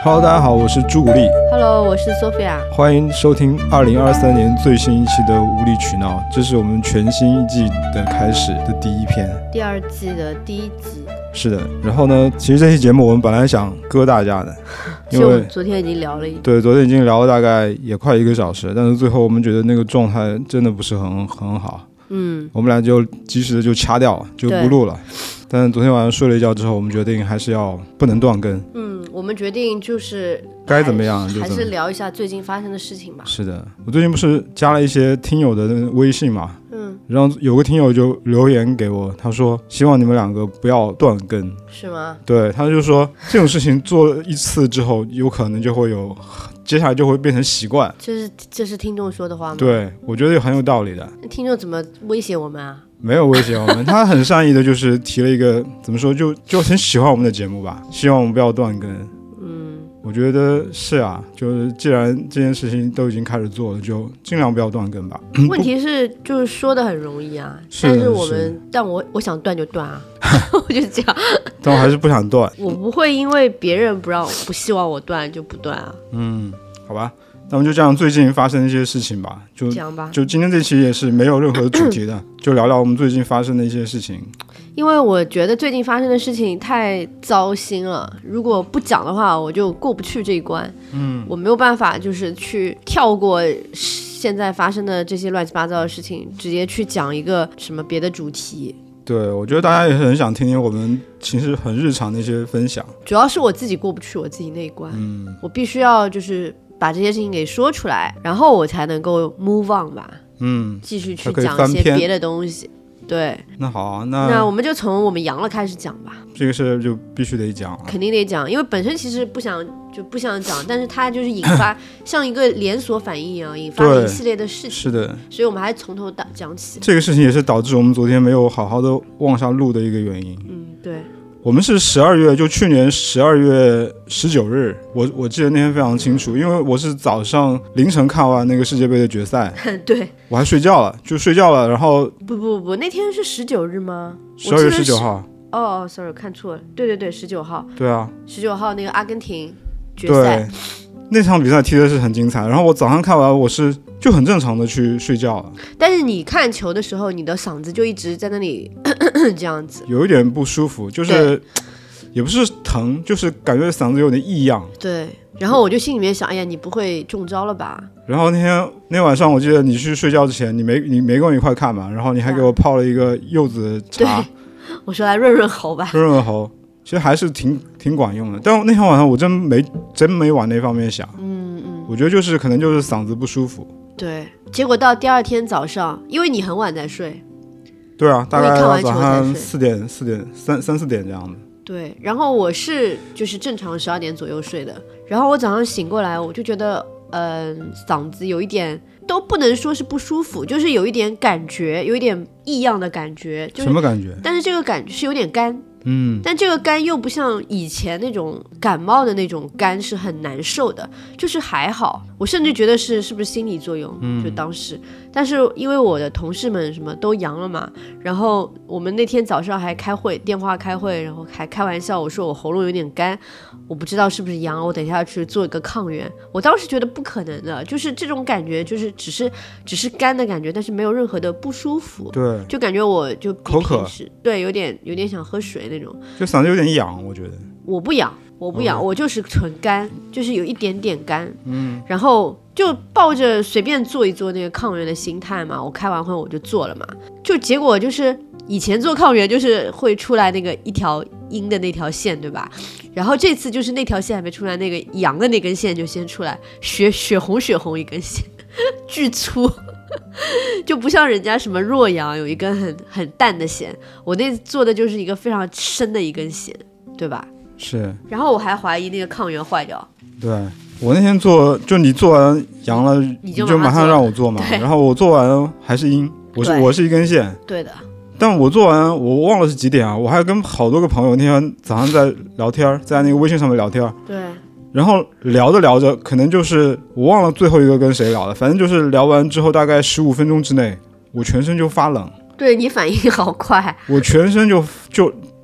Hello， 大家好，我是朱古力。 Hello， 我是 Sophia。 欢迎收听2023年最新一期的无理取闹，这是我们全新一季的开始的第一篇， 第二季的第一集。 是的，然后呢，其实这期节目我们本来想割大家的，因为昨天已经聊了对，昨天已经聊了大概也快1个小时，但是最后我们觉得那个状态真的不是很好，我们俩就及时的就掐掉了，就不录了。但是昨天晚上睡了一觉之后，我们决定还是不能断更。 我们决定就是该怎么样就还是聊一下最近发生的事情吧。 是的，我最近不是加了一些听友的微信嘛，然后有个听友就留言给我，他说希望你们两个不要断更。 是吗？ 对，他就说这种事情做一次之后，有可能就会有，接下来就会变成习惯。 这是听众说的话吗？ 对，我觉得很有道理的。 听众怎么威胁我们啊？ 没有威胁我们，他很善意的，就是提了一个怎么说，就很喜欢我们的节目吧，希望我们不要断更。我觉得是啊，就是既然这件事情都已经开始做了，就尽量不要断更吧。 问题是就是说的很容易啊，但我想断就断啊，我就是这样。 但我还是不想断。 我不会因为别人不希望我断就不断啊。 好吧。那我们就讲最近发生的一些事情吧， 讲吧。 就今天这期也是没有任何主题的，就聊聊我们最近发生的一些事情。 因为我觉得最近发生的事情太糟心了，如果不讲的话，我就过不去这一关。我没有办法，就是去跳过现在发生的这些乱七八糟的事情，直接去讲一个什么别的主题。 对，我觉得大家也是很想听听我们其实很日常的一些分享。 主要是我自己过不去我自己那一关，我必须要就是把这些事情给说出来，然后我才能够 move on 吧，继续去讲一些别的东西。对， 那好啊， 那我们就从我们阳了开始讲吧。 这个事就必须得讲， 肯定得讲，因为本身其实不想讲，但是它就是引发像一个连锁反应一样，引发了一系列的事情。 是的， 所以我们还是从头讲起。 这个事情也是导致我们昨天没有好好的往下录的一个原因。 对。 我们是去年12月19日，我记得那天非常清楚，因为我是早上凌晨看完那个世界杯的决赛。 对， 我还睡觉了，然后不，那天是19日吗 ？12月19号。 哦 ，sorry， 看错了。对，19号。对啊，19号那个阿根廷决赛。对， 那场比赛踢的是很精彩，然后我早上看完，我是就很正常的去睡觉了。 但是你看球的时候，你的嗓子就一直在那里这样子， 有一点不舒服，就是也不是疼，就是感觉嗓子有点异样。 对，然后我就心里面想，哎呀，你不会中招了吧？ 然后那晚上我记得你去睡觉之前，你没跟我一块看嘛，然后你还给我泡了一个柚子茶， 对，我说来润润喉吧， 润润喉。其实还是挺管用的，但那天晚上我真没往那方面想。我觉得可能就是嗓子不舒服。对， 结果到第二天早上，因为你很晚在睡。 对啊，大概早上4点3、4点这样子。 对，然后我是就是正常12点左右睡的，然后我早上醒过来，我就觉得嗓子有一点，都不能说是不舒服，就是有一点感觉，有一点异样的感觉。 什么感觉？ 但是这个感觉是有点干。但这个干又不像以前那种感冒的那种干是很难受的，就是还好，我甚至觉得是不是心理作用，就当时。但是因为我的同事们什么都阳了嘛，然后我们那天早上还电话开会，然后还开玩笑，我说我喉咙有点干，我不知道是不是阳，我等一下去做一个抗原。我当时觉得不可能的，就是这种感觉，就是只是干的感觉，但是没有任何的不舒服。 对， 就感觉我就口渴， 对，有点想喝水那种， 就嗓子有点痒，我觉得。 我不痒，我就是纯干，就是有一点点干。然后就抱着随便做一做那个抗原的心态嘛，我开完会我就做了嘛，就结果就是以前做抗原就是会出来那个一条阴的那条线，对吧？然后这次就是那条线还没出来，那个阳的那根线就先出来，血红一根线，巨粗。就不像人家什么弱阳有一根很淡的线，我那做的就是一个非常深的一根线，对吧？ 是。然后我还怀疑那个抗原坏掉。 对，我那天做，就你做完阳了，你就马上让我做嘛。然后我做完还是阴，我是一根线。 对的。 但我做完我忘了是几点啊，我还跟好多个朋友那天早上在聊天，在那个微信上面聊天。 对。 然后聊着聊着，可能就是我忘了最后一个跟谁聊了，反正就是聊完之后大概15分钟之内，我全身就发冷。 对，你反应好快。 我全身就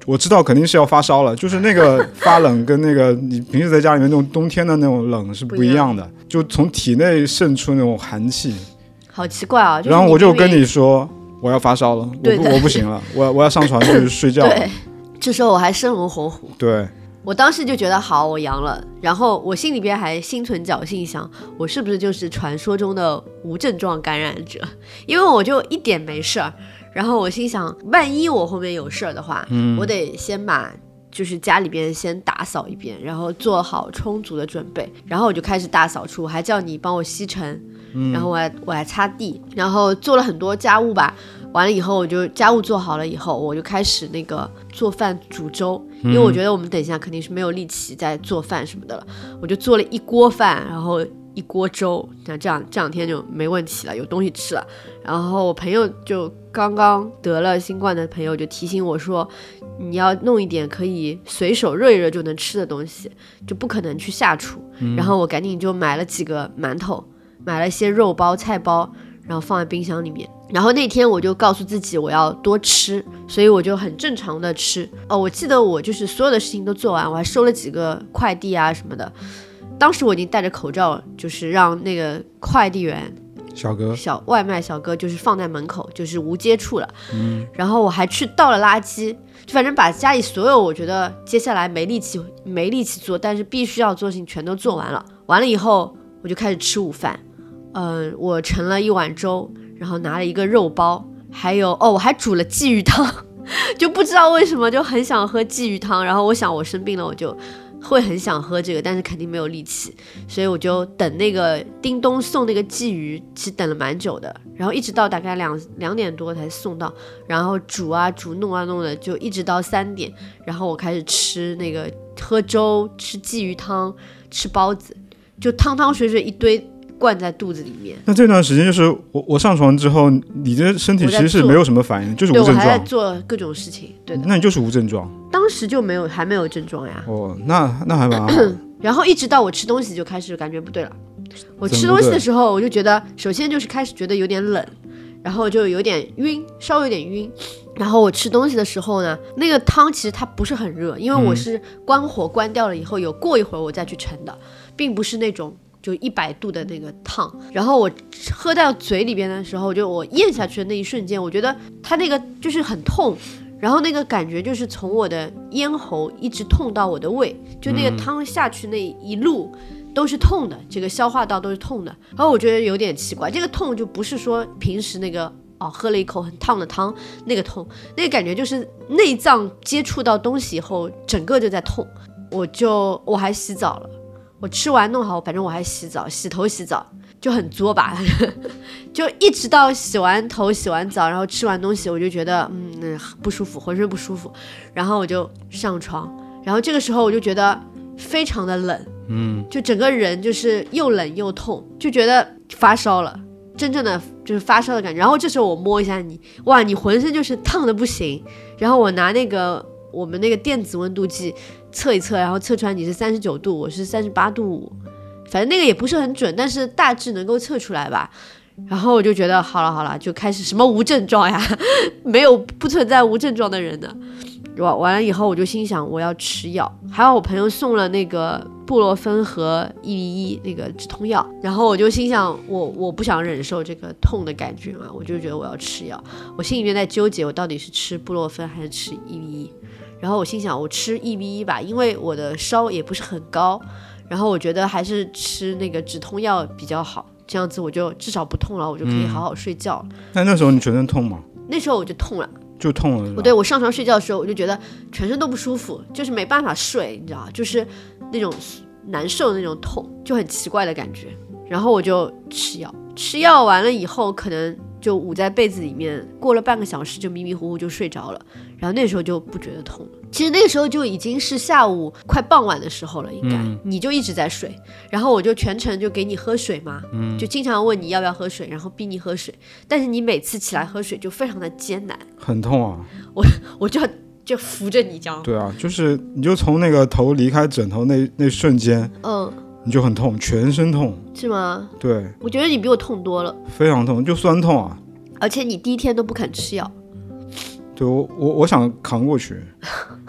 我知道肯定是要发烧了，就是那个发冷跟那个你平时在家里面那种冬天的那种冷是不一样的，就从体内渗出那种寒气， 好奇怪啊！ 然后我就跟你说我要发烧了，我不行了，我要上床去睡觉了。 对，这时候我还生龙活虎。 对， 我当时就觉得好，我阳了，然后我心里边还心存侥幸，想我是不是就是传说中的无症状感染者，因为我就一点没事儿。然后我心想，万一我后面有事儿的话，我得先把就是家里边先打扫一遍，然后做好充足的准备，然后我就开始大扫除，还叫你帮我吸尘，然后我还擦地，然后做了很多家务吧。完了以后，我就家务做好了以后，我就开始那个做饭煮粥，因为我觉得我们等一下肯定是没有力气再做饭什么的了，我就做了一锅饭，然后一锅粥，这两天就没问题了，有东西吃了。然后我朋友就刚刚得了新冠的朋友就提醒我说，你要弄一点可以随手热一热就能吃的东西，就不可能去下厨。然后我赶紧就买了几个馒头，买了一些肉包菜包，然后放在冰箱里面。然后那天我就告诉自己我要多吃，所以我就很正常的吃。我记得我就是所有的事情都做完，我还收了几个快递啊什么的。当时我已经戴着口罩，就是让那个快递员外卖小哥就是放在门口，就是无接触了。然后我还去倒了垃圾，就反正把家里所有我觉得接下来没力气做，但是必须要做的事情全都做完了。完了以后我就开始吃午饭。我盛了一碗粥，然后拿了一个肉包，还有我还煮了鲫鱼汤，就不知道为什么就很想喝鲫鱼汤。然后我想我生病了我就会很想喝这个，但是肯定没有力气，所以我就等那个叮咚送那个鲫鱼，其实等了蛮久的，然后一直到大概2点多才送到，然后煮啊煮弄啊弄的，就一直到3点，然后我开始吃那个喝粥，吃鲫鱼汤，吃包子，就汤汤水水一堆灌在肚子里面。 那这段时间就是我上床之后，你的身体其实是没有什么反应，就是无症状。 对，我还在做各种事情。对的， 那你就是无症状。 当时就还没有症状呀。 那还蛮好。 然后一直到我吃东西就开始感觉不对了。我吃东西的时候，我就觉得首先就是开始觉得有点冷，然后就有点晕，稍微有点晕。然后我吃东西的时候呢，那个汤其实它不是很热，因为我是关火关掉了以后，有过一会儿我再去盛的，并不是那种就100度的那个烫。然后我喝到嘴里边的时候，就我咽下去的那一瞬间，我觉得它那个就是很痛，然后那个感觉就是从我的咽喉一直痛到我的胃，就那个汤下去那一路都是痛的，这个消化道都是痛的。然后我觉得有点奇怪，这个痛就不是说平时那个喝了一口很烫的汤那个痛，那个感觉就是内脏接触到东西以后整个就在痛。我还洗澡了，我吃完弄好，反正我还洗头洗澡，就很作吧就一直到洗完头洗完澡，然后吃完东西，我就觉得不舒服，浑身不舒服，然后我就上床，然后这个时候我就觉得非常的冷，就整个人就是又冷又痛，就觉得发烧了，真正的就是发烧的感觉。然后这时候我摸一下你，哇，你浑身就是烫的不行，然后我拿我们那个电子温度计测一测，然后测出来你是39度，我是38度5，反正那个也不是很准，但是大致能够测出来吧。然后我就觉得好了，就开始什么无症状呀不存在无症状的人的。完了以后我就心想我要吃药，还有我朋友送了那个布洛芬和1V1那个止痛药，然后我就心想我不想忍受这个痛的感觉嘛，我就觉得我要吃药。我心里面在纠结我到底是吃布洛芬还是吃1V1，然后我心想我吃1V1吧，因为我的烧也不是很高，然后我觉得还是吃那个止痛药比较好，这样子我就至少不痛了，我就可以好好睡觉了。 那时候你全身痛吗？ 那时候我就痛了。 就痛了。 对，我上床睡觉的时候我就觉得全身都不舒服，就是没办法睡，你知道，就是那种难受的那种痛，就很奇怪的感觉。然后我就吃药完了以后，可能就捂在被子里面，过了半个小时就迷迷糊糊就睡着了，然后那时候就不觉得痛了。其实那个时候就已经是下午快傍晚的时候了，应该，你就一直在睡，然后我就全程就给你喝水嘛，就经常问你要不要喝水，然后逼你喝水，但是你每次起来喝水就非常的艰难， 很痛啊， 我就扶着你这样。 对啊，就是你就从那个头离开枕头那瞬间，你就很痛，全身痛。 是吗？ 对， 我觉得你比我痛多了， 非常痛，就酸痛啊， 而且你第一天都不肯吃药。 对，我想扛过去。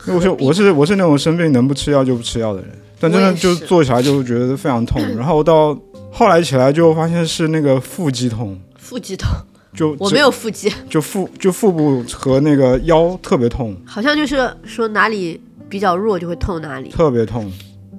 我是那种生病能不吃药就不吃药的人，但真的就做起来就觉得非常痛，然后到后来起来就发现是那个腹肌痛， 我没有腹肌， 就腹部和那个腰特别痛， 好像就是说哪里比较弱就会痛哪里， 特别痛。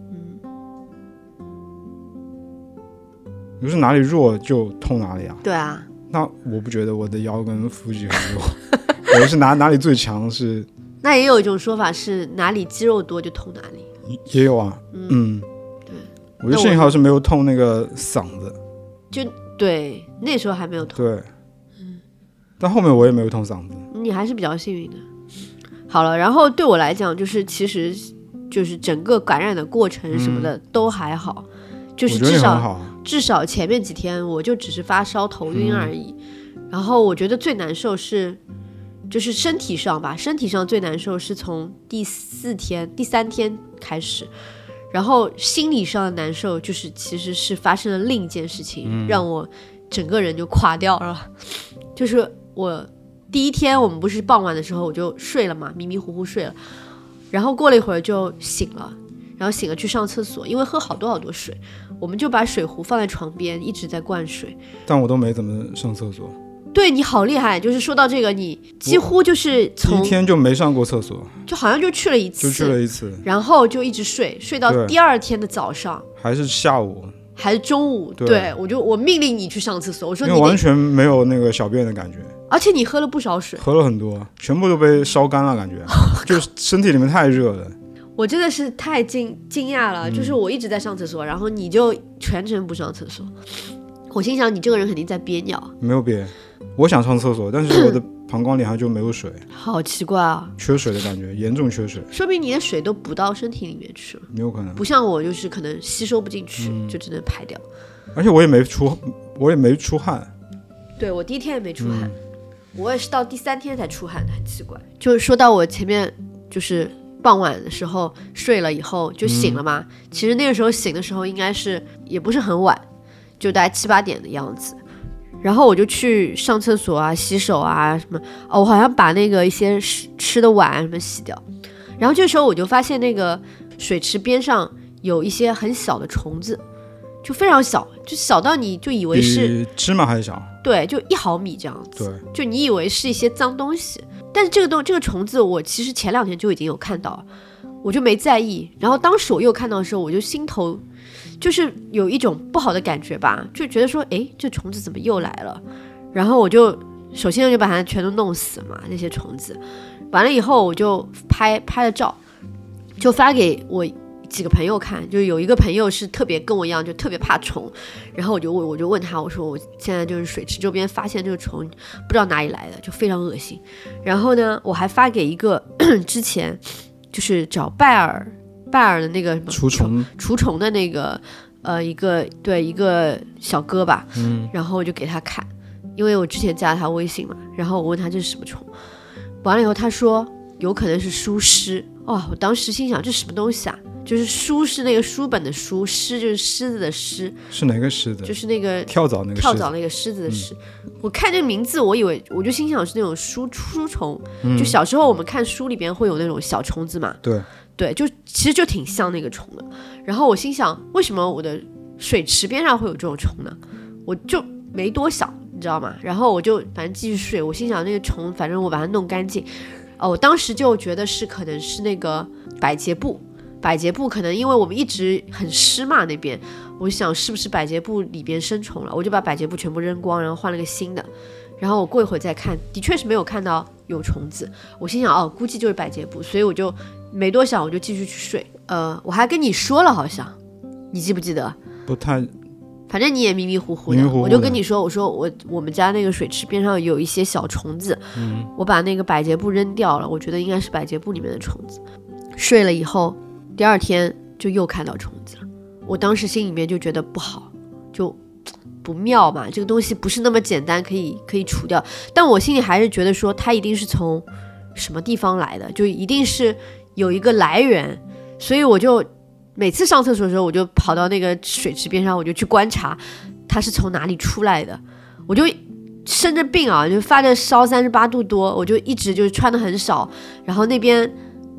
就是哪里弱就痛哪里啊？ 对啊。 那我不觉得我的腰跟腹肌很弱，我是哪里最强是。 那也有一种说法是哪里肌肉多就痛哪里。 也有啊，对。我就幸好是没有痛那个嗓子。 就对，那时候还没有痛。 对。但后面我也没有痛嗓子。 你还是比较幸运的。好了，然后对我来讲，就是其实就是整个感染的过程什么的都还好。就是至少前面几天我就只是发烧头晕而已，然后我觉得最难受就是身体上最难受是从第3天开始，然后心理上的难受就是其实是发生了另一件事情，让我整个人就垮掉了。就是我第一天我们不是傍晚的时候我就睡了嘛，迷迷糊糊睡了，然后过了一会儿就醒了，然后醒了去上厕所，因为喝好多水，我们就把水壶放在床边一直在灌水， 但我都没怎么上厕所。 对，你好厉害，就是说到这个你几乎就是从第一天就没上过厕所， 就好像就去了一次，然后就一直睡到第二天的早上， 还是下午还是中午。 对，我命令你去上厕所，我说你完全没有那个小便的感觉， 而且你喝了不少水， 喝了很多，全部都被烧干了感觉就是身体里面太热了。 我真的是太惊讶了，就是我一直在上厕所，然后你就全程不上厕所，我心想你这个人肯定在憋尿。 没有憋，我想上厕所，但是我的膀胱里还就没有水好奇怪啊， 缺水的感觉，严重缺水， 说明你的水都补到身体里面去了， 有可能不像我就是可能吸收不进去，就只能排掉。 而且我也没出汗。 对，我第一天也没出汗，我也是到第3天才出汗的，很奇怪。就是说到我前面就是傍晚的时候睡了以后就醒了嘛，其实那个时候醒的时候应该是也不是很晚，就大概7、8点的样子，然后我就去上厕所啊洗手啊什么，我好像把那个一些吃的碗什么洗掉，然后这时候我就发现那个水池边上有一些很小的虫子，就非常小，就小到你就以为是比芝麻还小， 对，就1毫米这样子， 对， 就你以为是一些脏东西，但是这个虫子我其实前2天就已经有看到，我就没在意，然后当时我又看到的时候，我就心头就是有一种不好的感觉吧，就觉得说，哎，这虫子怎么又来了？然后我就首先就把它全都弄死嘛，那些虫子。完了以后，我就拍了照，就发给我几个朋友看，就有一个朋友是特别跟我一样，就特别怕虫，然后我就问他，我说我现在就是水池周边发现这个虫，不知道哪里来的，就非常恶心。然后呢，我还发给一个之前就是找拜尔的那个什么除虫的那个一个小哥吧，然后我就给他看，因为我之前加了他微信嘛，然后我问他这是什么虫，完了以后他说有可能是书虱。哇，我当时心想这是什么东西啊？就是书是那个书本的书，虱就是狮子的狮。 是哪个狮子？ 就是那个跳蚤那个狮子的狮。我看这个名字，我就心想是那种书虫，就小时候我们看书里边会有那种小虫子嘛。对，就其实就挺像那个虫的。然后我心想，为什么我的水池边上会有这种虫呢？我就没多想，你知道吗？然后我就反正继续睡，我心想那个虫，反正我把它弄干净。我当时就觉得可能是那个百洁布可能因为我们一直很湿嘛那边，我想是不是百洁布里边生虫了，我就把百洁布全部扔光，然后换了个新的，然后我过一会儿再看，的确是没有看到有虫子，我心想估计就是百洁布，所以我就没多想，我就继续去睡。我还跟你说了，好像你记不记得？ 不太， 反正你也迷迷糊糊的，我就跟你说，我说我们家那个水池边上有一些小虫子，我把那个百洁布扔掉了，我觉得应该是百洁布里面的虫子。睡了以后，第2天就又看到虫子了，我当时心里面就觉得不好，就不妙嘛，这个东西不是那么简单可以除掉，但我心里还是觉得说它一定是从什么地方来的，就一定是有一个来源，所以我就每次上厕所的时候，我就跑到那个水池边上，我就去观察它是从哪里出来的。我就生着病啊，就发着烧38度多，我就一直就是穿的很少，然后那边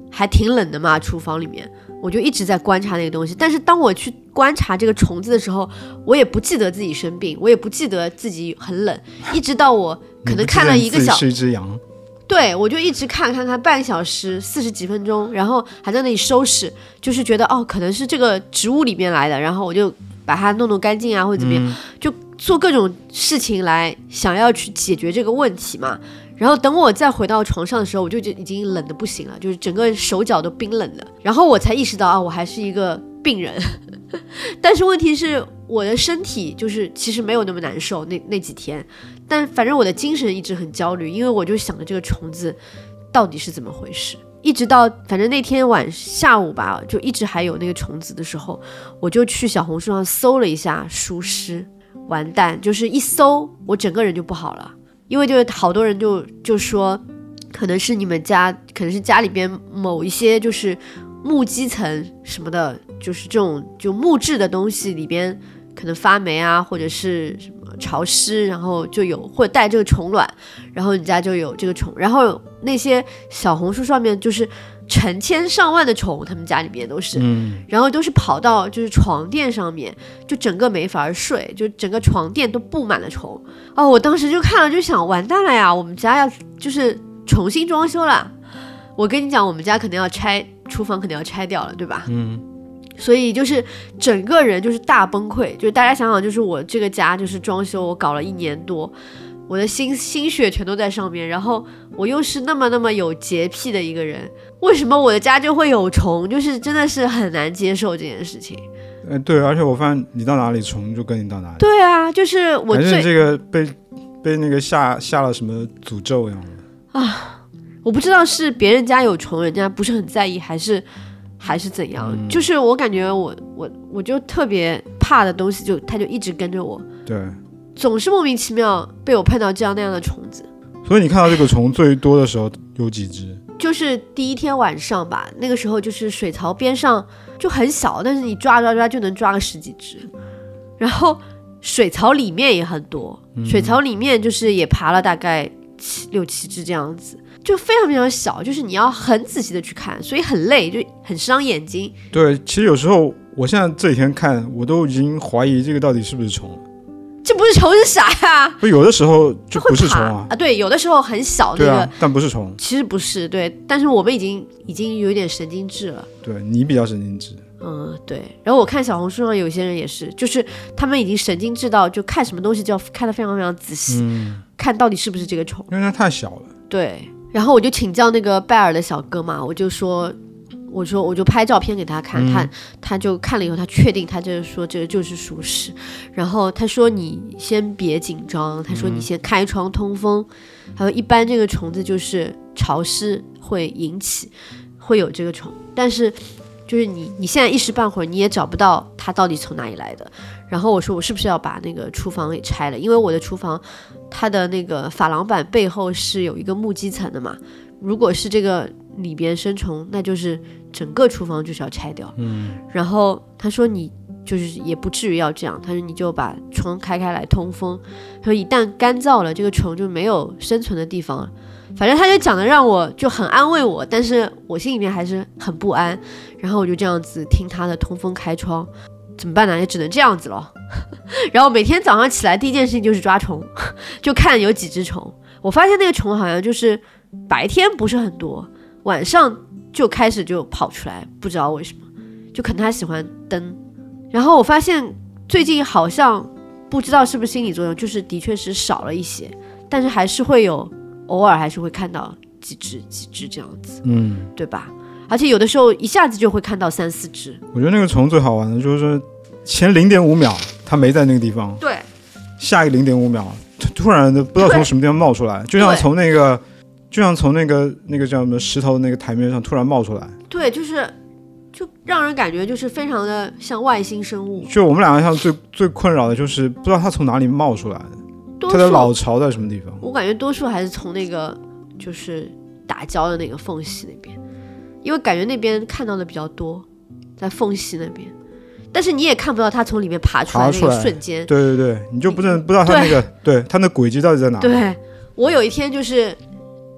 还挺冷的嘛，厨房里面，我就一直在观察那个东西。但是当我去观察这个虫子的时候，我也不记得自己生病，我也不记得自己很冷，一直到我可能看了1个小时， 是一只羊。 对，我就一直看半小时40几分钟，然后还在那里收拾，就是觉得可能是这个植物里面来的，然后我就把它弄干净啊，或者怎么样，就做各种事情来想要去解决这个问题嘛。然后等我再回到床上的时候，我就已经冷得不行了，就是整个手脚都冰冷了。然后我才意识到我还是一个病人。但是问题是我的身体就是其实没有那么难受那几天，但反正我的精神一直很焦虑，因为我就想着这个虫子到底是怎么回事。一直到反正那天下午吧，就一直还有那个虫子的时候，我就去小红书上搜了一下疏湿，完蛋，就是一搜我整个人就不好了。因为就是好多人就说可能是你们家，可能是家里边某一些就是木基层什么的，就是这种就木质的东西里边可能发霉啊，或者是什么潮湿，然后就有或者带这个虫卵，然后你家就有这个虫。然后那些小红书上面就是成千上万的虫，他们家里面都是，然后都是跑到就是床垫上面，就整个没法睡，就整个床垫都布满了虫。我当时就看了就想，完蛋了呀，我们家要就是重新装修了。我跟你讲，我们家肯定要拆，厨房肯定要拆掉了，对吧？所以就是整个人就是大崩溃。就大家想想，就是我这个家就是装修，我搞了1年多，我的心血全都在上面，然后我又是那么有洁癖的一个人，为什么我的家就会有虫？就是真的是很难接受这件事情。 对，而且我发现你到哪里虫就跟你到哪里。 对啊，就是我还是这个被那个下了什么诅咒一样的啊！我不知道是别人家有虫，人家不是很在意，还是怎样？就是我感觉我就特别怕的东西，它就一直跟着我。 对。 总是莫名其妙被我碰到这样那样的虫子。 所以你看到这个虫最多的时候有几只？ 就是第一天晚上吧，那个时候就是水槽边上就很小，但是你抓就能抓个10几只。然后水槽里面也很多，水槽里面就是也爬了大概6、7只这样子，就非常非常小，就是你要很仔细的去看，所以很累，就很伤眼睛。 对，其实有时候我现在这几天看，我都已经怀疑这个到底是不是虫了。 这不是虫是啥呀？ 不，有的时候就不是虫啊。 对，有的时候很小那个， 但不是虫。 其实不是，对，但是我们已经有点神经质了。 对，你比较神经质。 对。然后我看小红书上有些人也是，就是他们已经神经质到就看什么东西就要看得非常非常仔细，看到底是不是这个虫， 因为它太小了。 对。然后我就请教那个拜尔的小哥嘛，我就拍照片给他看，他就看了以后，他确定，他就是说这个就是疏湿。然后他说你先别紧张，他说你先开窗通风。还有一般这个虫子就是潮湿会引起，会有这个虫，但是就是你现在一时半会儿你也找不到它到底从哪里来的。然后我说我是不是要把那个厨房给拆了，因为我的厨房它的那个珐琅板背后是有一个木基层的嘛，如果是这个里边生虫，那就是整个厨房就是要拆掉。然后他说你就是也不至于要这样，他说你就把窗开来通风，他说一旦干燥了，这个虫就没有生存的地方了。反正他就讲的让我就很安慰我，但是我心里面还是很不安。然后我就这样子听他的通风开窗，怎么办呢？也只能这样子咯。然后每天早上起来第一件事情就是抓虫，就看有几只虫。我发现那个虫好像就是白天不是很多，晚上就开始就跑出来，不知道为什么，就可能他喜欢灯。然后我发现最近好像不知道是不是心理作用，就是的确是少了一些，但是还是会有，偶尔还是会看到几只这样子，对吧？而且有的时候一下子就会看到3、4只。 我觉得那个虫最好玩的就是前0.5秒它没在那个地方， 对， 下一个0.5秒突然的不知道从什么地方冒出来，就像从那个叫什么石头那个台面上突然冒出来。 对，就让人感觉就是非常的像外星生物。 就我们两个像最困扰的就是不知道它从哪里冒出来的，它的老巢在什么地方。我感觉多数还是从那个就是打胶的那个缝隙那边，因为感觉那边看到的比较多，在缝隙那边，但是你也看不到它从里面爬出来那个瞬间。 对对对，你就不知道它那个对它的轨迹到底在哪里。 对，我有一天就是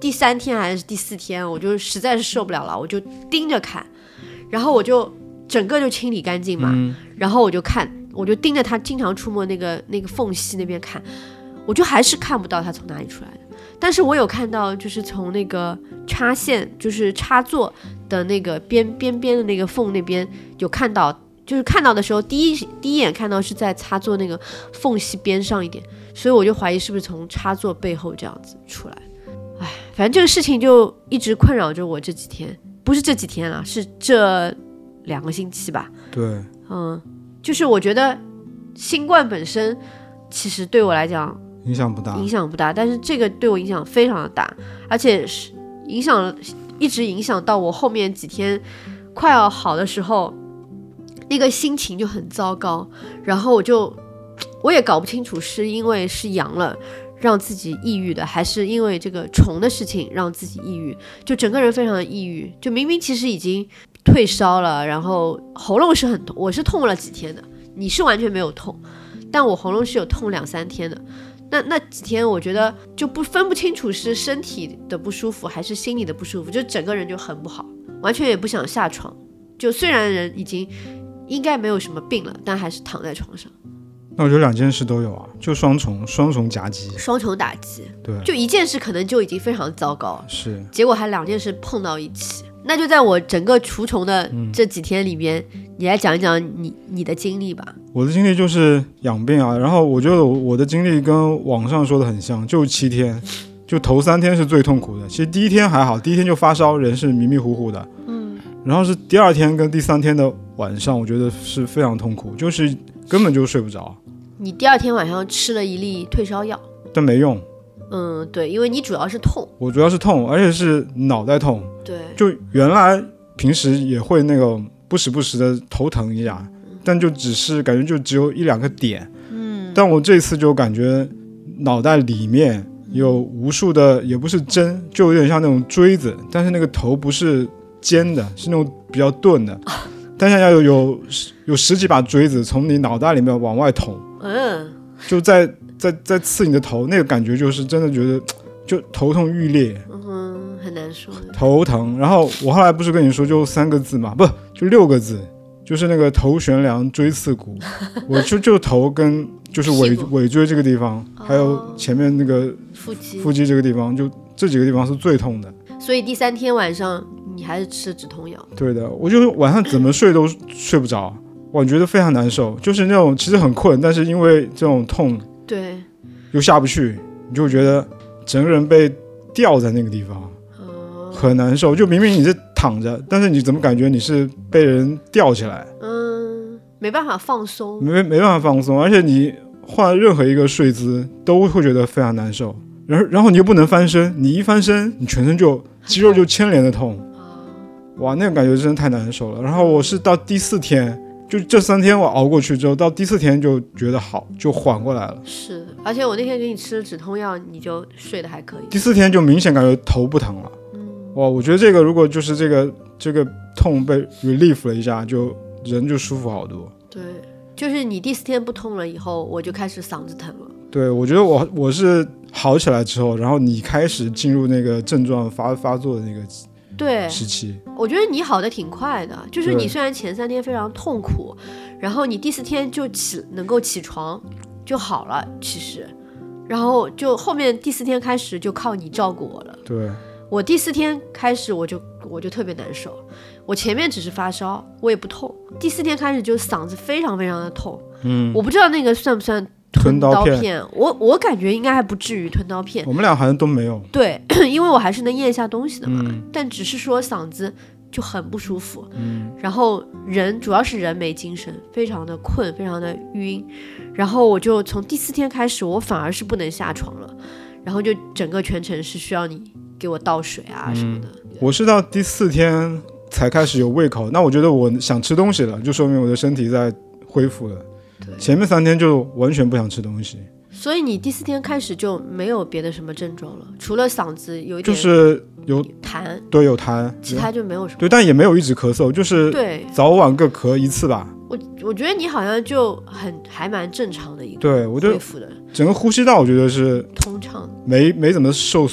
第3天还是第4天，我就实在是受不了了，我就盯着看，然后我就整个就清理干净嘛，然后我就盯着它经常出没那个缝隙那边看，我就还是看不到它从哪里出来的。但是我有看到，就是从那个插线，就是插座的那个边的那个缝那边有看到，就是看到的时候，第一眼看到是在插座那个缝隙边上一点，所以我就怀疑是不是从插座背后这样子出来。哎，反正这个事情就一直困扰着我这几天，不是这几天了，是这2个星期吧。 对， 就是我觉得新冠本身其实对我来讲影响不大， 但是这个对我影响非常的大，而且是一直影响到我后面几天快要好的时候，那个心情就很糟糕，然后我也搞不清楚是因为是阳了让自己抑郁的，还是因为这个虫的事情让自己抑郁，就整个人非常的抑郁，就明明其实已经退烧了，然后喉咙是很痛，我是痛了几天的，你是完全没有痛，但我喉咙是有痛2-3天的。那几天我觉得就分不清楚是身体的不舒服还是心理的不舒服，就整个人就很不好，完全也不想下床，就虽然人已经应该没有什么病了，但还是躺在床上。 那我觉得2件事都有啊，就双重夹击， 双重打击。 对， 就一件事可能就已经非常糟糕了， 是， 结果还2件事碰到一起。那就在我整个除虫的这几天里面，你来讲一讲你的经历吧。 我的经历就是养病啊，然后我觉得我的经历跟网上说的很像，就7天，就头3天是最痛苦的。其实第1天还好，第1天就发烧，人是迷迷糊糊的，然后是第2天跟第3天的晚上，我觉得是非常痛苦，就是根本就睡不着。 你第2天晚上吃了1粒退烧药， 但没用。 对，因为你主要是痛。 我主要是痛，而且是脑袋痛。 对， 就原来平时也会那个不时的头疼一下，但就只是感觉就只有1-2个点。但我这次就感觉脑袋里面有无数的，也不是针，就有点像那种锥子，但是那个头不是尖的，是那种比较钝的，但是要有10几把锥子从你脑袋里面往外捅，就在刺你的头，那个感觉就是真的觉得就头痛欲裂， 很难受的头疼。然后我后来不是跟你说就3个字嘛，不就6个字，就是那个头悬梁锥刺股。我就头跟就是尾椎这个地方，还有前面那个腹肌这个地方，就这几个地方是最痛的。 所以第3天晚上你还是吃止痛药？对的，我就晚上怎么睡都睡不着，我觉得非常难受，就是那种其实很困，但是因为这种痛， 对， 又下不去，你就觉得整个人被吊在那个地方，很难受。就明明你是躺着，但是你怎么感觉你是被人吊起来？ 没办法放松， 没办法放松，而且你换任何一个睡姿都会觉得非常难受。然后你又不能翻身，你一翻身，你全身就肌肉就牵连的痛，哇，那个感觉真的太难受了。然后我是到第4天，就这3天我熬过去之后，到第4天就觉得好，就缓过来了。 是的，而且我那天给你吃了止痛药，你就睡得还可以。 第4天就明显感觉头不疼了。哇，我觉得这个如果就是这个痛被 relief 了一下，就人就舒服好多。 对，就是你第4天不痛了以后，我就开始嗓子疼了。 对，我觉得我是好起来之后，然后你开始进入那个症状发作的那个时期。 我觉得你好的挺快的，就是你虽然前3天非常痛苦，然后你第4天就能够起床就好了，其实，然后就后面第4天开始就靠你照顾我了。 对， 我第4天开始我就特别难受，我前面只是发烧，我也不痛，第4天开始就嗓子非常非常的痛。我不知道那个算不算吞刀片，我感觉应该还不至于吞刀片。 我们俩好像都没有。 对，因为我还是能咽下东西的嘛，但只是说嗓子就很不舒服，然后主要是人没精神，非常的困，非常的晕，然后我就从第4天开始，我反而是不能下床了，然后就整个全程是需要你给我倒水啊什么的。 我是到第4天才开始有胃口，那我觉得我想吃东西了，就说明我的身体在恢复了。前面3天就完全不想吃东西。 所以你第4天开始就没有别的什么症状了，除了嗓子有一点就是有痰， 对，有痰， 其他就没有什么。 对，但也没有一直咳嗽，就是早晚各咳1次吧。 我觉得你好像就还蛮正常的一个对，我就恢复的， 整个呼吸道我觉得是通畅， 没怎么受损，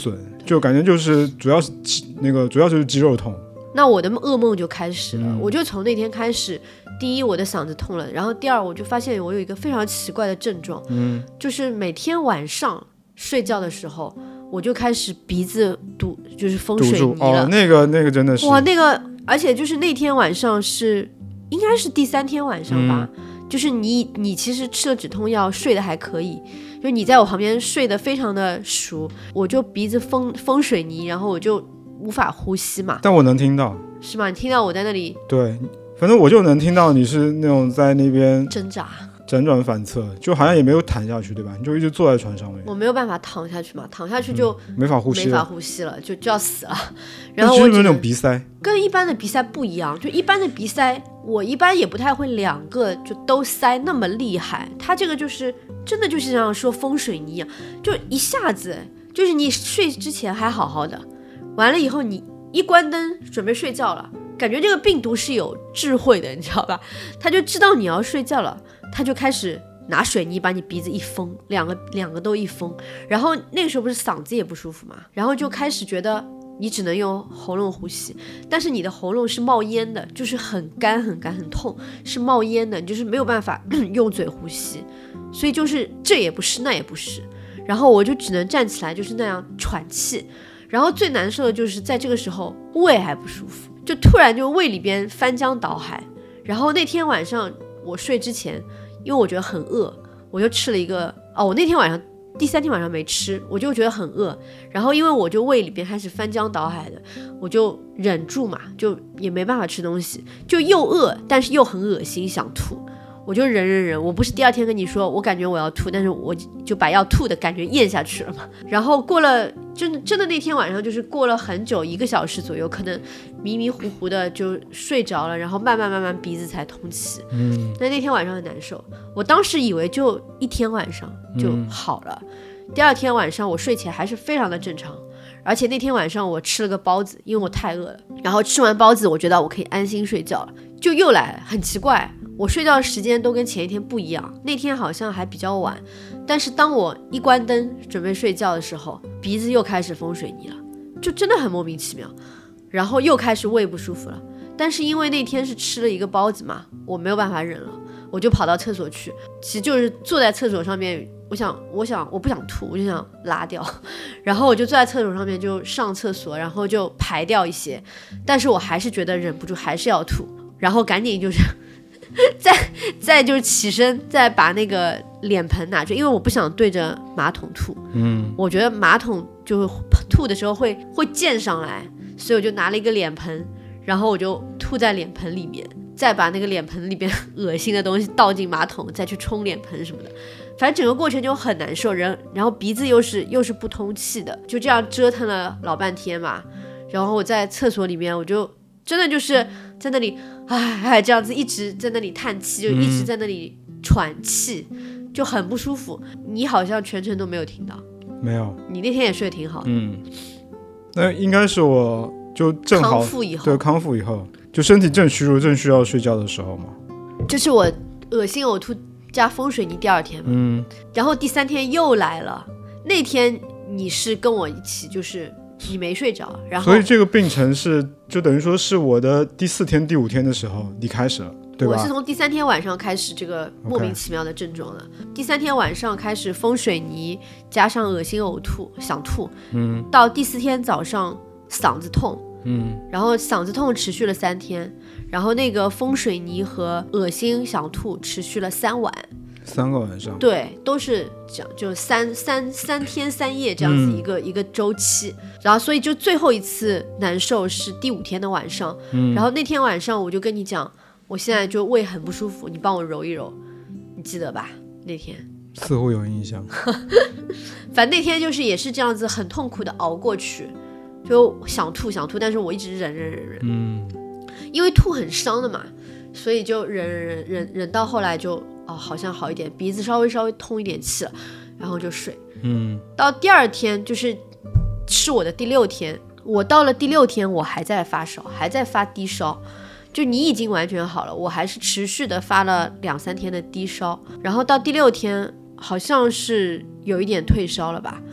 就感觉就是主要就是肌肉痛。 那我的噩梦就开始了，我就从那天开始，第一我的嗓子痛了，然后第二我就发现我有一个非常奇怪的症状，就是每天晚上睡觉的时候，我就开始鼻子堵，就是封水泥了。 那个真的是哇，那个而且就是那天晚上应该是第3天晚上吧，就是你其实吃了止痛药睡得还可以，就你在我旁边睡得非常的熟，我就鼻子封水泥，然后我就无法呼吸嘛。 但我能听到。 是吗？你听到我在那里？ 对，反正我就能听到你是那种在那边挣扎辗转反侧，就好像也没有躺下去，对吧？你就一直坐在床上面。 我没有办法躺下去嘛，躺下去就没法呼吸了，就要死了。然后我那种鼻塞跟一般的鼻塞不一样，就一般的鼻塞我一般也不太会2个就都塞那么厉害，它这个就是真的就是像说风水泥一样，就一下子就是你睡之前还好好的，完了以后你一关灯准备睡觉了，感觉这个病毒是有智慧的，你知道吧？他就知道你要睡觉了，他就开始拿水泥把你鼻子一封，两个都一封，然后那个时候不是嗓子也不舒服嘛，然后就开始觉得你只能用喉咙呼吸，但是你的喉咙是冒烟的，就是很干很痛，是冒烟的，你就是没有办法用嘴呼吸，所以就是这也不是那也不是，然后我就只能站起来就是那样喘气。然后最难受的就是在这个时候胃还不舒服，就突然就胃里边翻江倒海。然后那天晚上我睡之前，因为我觉得很饿，我就吃了一个我那天晚上第3天晚上没吃，我就觉得很饿，然后因为我就胃里边开始翻江倒海的，我就忍住嘛，就也没办法吃东西，就又饿但是又很恶心想吐，我就忍，我不是第2天跟你说我感觉我要吐，但是我就把要吐的感觉咽下去了嘛。然后过了真的那天晚上就是过了很久，1个小时左右，可能迷糊糊的就睡着了，然后慢慢鼻子才通气。那天晚上很难受，我当时以为就1天晚上就好了，第2天晚上我睡起来还是非常的正常。而且那天晚上我吃了个包子，因为我太饿了，然后吃完包子我觉得我可以安心睡觉了，就又来了，很奇怪，我睡觉的时间都跟前一天不一样，那天好像还比较晚，但是当我一关灯准备睡觉的时候，鼻子又开始封水泥了，就真的很莫名其妙，然后又开始胃不舒服了，但是因为那天是吃了一个包子嘛，我没有办法忍了，我就跑到厕所去，其实就是坐在厕所上面，我不想吐，我就想拉掉，然后我就坐在厕所上面就上厕所，然后就排掉一些，但是我还是觉得忍不住，还是要吐，然后赶紧就是再就是起身，再把那个脸盆拿去，因为我不想对着马桶吐，我觉得马桶就吐的时候会溅上来，所以我就拿了一个脸盆，然后我就吐在脸盆里面，再把那个脸盆里边恶心的东西倒进马桶，再去冲脸盆什么的，反正整个过程就很难受，然后鼻子又是不通气的，就这样折腾了老半天嘛。然后我在厕所里面，我就真的就是在那里这样子一直在那里叹气，就一直在那里喘气，就很不舒服。你好像全程都没有听到。 没有。 你那天也睡得挺好的。 那应该是我就正好康复以后， 对，康复以后就身体正虚弱正需要睡觉的时候嘛。 就是我恶心呕吐加风水泥第2天嘛，然后第3天又来了。那天你是跟我一起，就是你没睡着，然后所以这个病程就等于说是我的第4天第5天的时候你开始了，对吧？ 我是从第3天晚上开始这个莫名其妙的症状的。第3天晚上开始风水泥加上恶心呕吐想吐，到第4天早上嗓子痛，然后嗓子痛持续了3天，然后那个风水泥和恶心想吐持续了3晚 ，3个晚上， 对，都是这样，就三天3夜这样子一个周期，然后所以就最后一次难受是第5天的晚上，然后那天晚上我就跟你讲，我现在就胃很不舒服，你帮我揉一揉，你记得吧？那天似乎有印象， 反正那天就是也是这样子很痛苦的熬过去，就想吐，但是我一直忍，因为吐很伤的嘛，所以就忍到后来就好像好一点，鼻子稍微通一点气了，然后就睡。到第2天就是我的第6天，我到了第6天我还在发烧，还在发低烧，就你已经完全好了，我还是持续的发了2-3天的低烧，然后到第6天好像是有一点退烧了吧，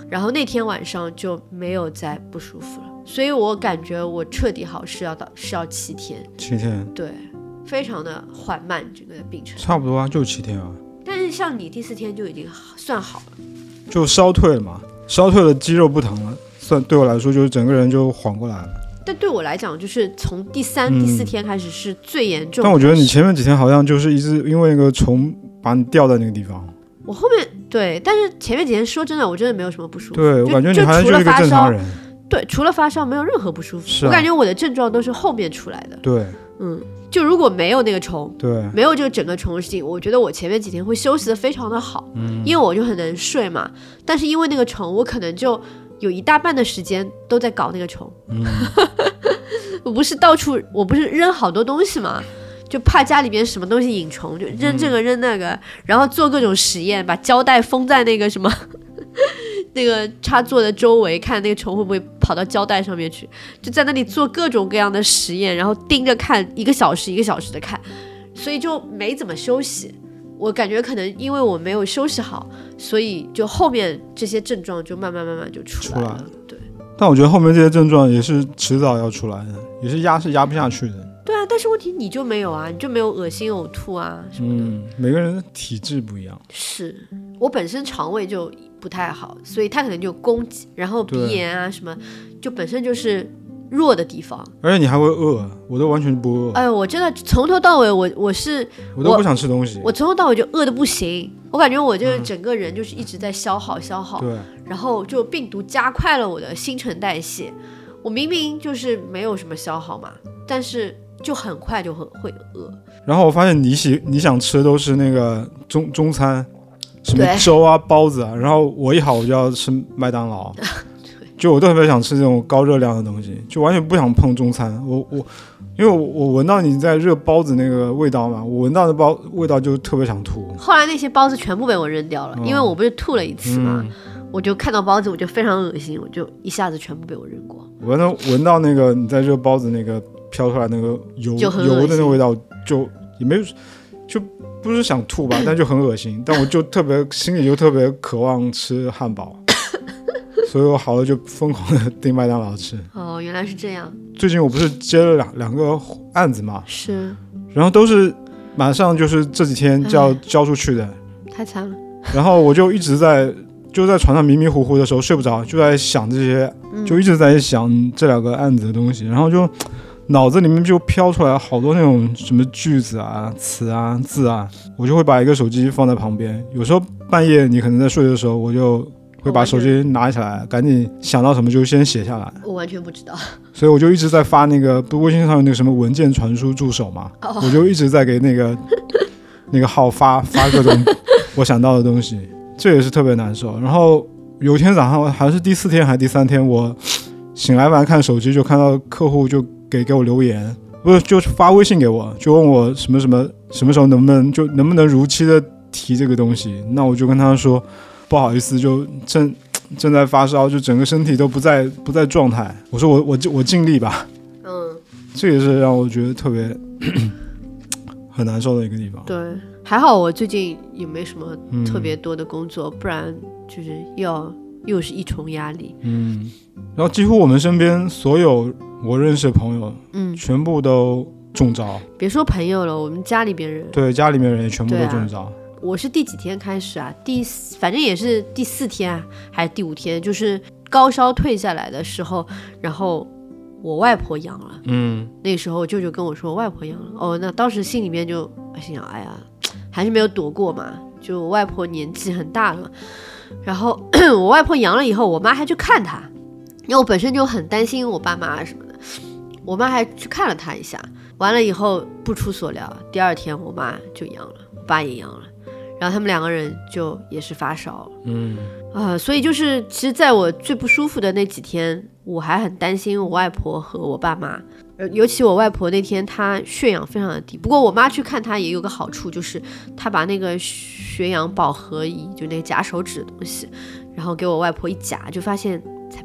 然后那天晚上就没有再不舒服了，所以我感觉我彻底好是要7天。 7天， 对，非常的缓慢，整个病程差不多啊，就7天啊。 但是像你第4天就已经算好了， 就烧退了嘛，烧退了，肌肉不疼了，算对我来说就是整个人就缓过来了。 但对我来讲，就是从第3、第4天开始是最严重的。 但我觉得你前面几天好像就是一直因为那个虫把你吊在那个地方。 我后面对，但是前面几天说真的，我真的没有什么不舒服。 对，我感觉你还就是一个正常人。 对，除了发烧没有任何不舒服。 是啊， 我感觉我的症状都是后面出来的。 对， 就如果没有那个虫， 对， 没有这个整个虫的事情，我觉得我前面几天会休息的非常的好，因为我就很能睡嘛。但是因为那个虫，我可能就有一大半的时间都在搞那个虫。我不是扔好多东西嘛，就怕家里边什么东西引虫，就扔这个扔那个，然后做各种实验，把胶带封在那个什么那个插座的周围，看那个虫会不会跑到胶带上面去，就在那里做各种各样的实验，然后盯着看1个小时1个小时的看，所以就没怎么休息。我感觉可能因为我没有休息好，所以就后面这些症状就慢慢就出来了。对， 但我觉得后面这些症状也是迟早要出来的，也是压不下去的。 对啊，但是问题你就没有啊，你就没有恶心呕吐啊什么的。 每个人的体质不一样。 是我本身肠胃就不太好，所以它可能就攻击，然后鼻炎啊什么，就本身就是弱的地方。 而且你还会饿，我都完全不饿。 哎，我真的从头到尾我都不想吃东西， 我从头到尾就饿得不行。我感觉我就是整个人就是一直在消耗， 对， 然后就病毒加快了我的新陈代谢。我明明就是没有什么消耗嘛，但是就很快就会饿。 然后我发现你想吃的都是那个中餐，什么粥啊包子啊，然后我一好我就要吃麦当劳。就我特别想吃这种高热量的东西，就完全不想碰中餐。因为我闻到你在热包子那个味道嘛，我闻到的味道就特别想吐。 后来那些包子全部被我扔掉了，因为我不是吐了一次嘛，我就看到包子我就非常恶心，我就一下子全部被我扔过。 我闻到那个你在热包子那个飘出来那个油的那个味道，就也没有，就不是想吐吧，但就很恶心。但我就心里就特别渴望吃汉堡。所以我好了就疯狂的订麦当劳吃。 哦，原来是这样。 最近我不是接了两个案子嘛， 是， 然后都是马上就是这几天就要交出去的， 太惨了。 然后我就一直在床上迷迷糊糊的时候睡不着，就在想这些，就一直在想这2个案子的东西，然后就脑子里面就飘出来好多那种什么句子啊、词啊、字啊，我就会把一个手机放在旁边，有时候半夜你可能在睡的时候，我就会把手机拿起来，赶紧想到什么就先写下来。 我完全不知道， 所以我就一直在发那个，微信上有那个什么文件传输助手嘛，我就一直在给那个号发各种我想到的东西，这也是特别难受。然后有一天早上，还是第4天还是第3天，我醒来完看手机，就看到客户就给我留言，不是就是发微信给我，就问我什么时候能不能如期的提这个东西。那我就跟他说不好意思，就正在发烧，就整个身体都不在状态。我说我尽力吧。这也是让我觉得特别很难受的一个地方。 对，还好我最近也没什么特别多的工作，不然就是又是一重压力。 然后几乎我们身边所有我认识的朋友，全部都中招。 别说朋友了，我们家里边人， 对，家里面人也全部都中招。 我是第几天开始啊？反正也是第4天啊，还是第5天，就是高烧退下来的时候，然后我外婆阳了。那个时候我舅舅跟我说我外婆阳了。哦，那当时心里面就心想，哎呀，还是没有躲过嘛。就我外婆年纪很大了嘛，然后我外婆阳了以后，我妈还去看她，因为我本身就很担心我爸妈什么的，我妈还去看了她一下。完了以后不出所料，第2天我妈就阳了，我爸也阳了。然后他们2个人就也是发烧了，所以就是其实在我最不舒服的那几天，我还很担心我外婆和我爸妈，尤其我外婆那天她血氧非常的低，不过我妈去看她也有个好处，就是她把那个血氧饱和仪，就那个夹手指的东西，然后给我外婆一夹，就发现才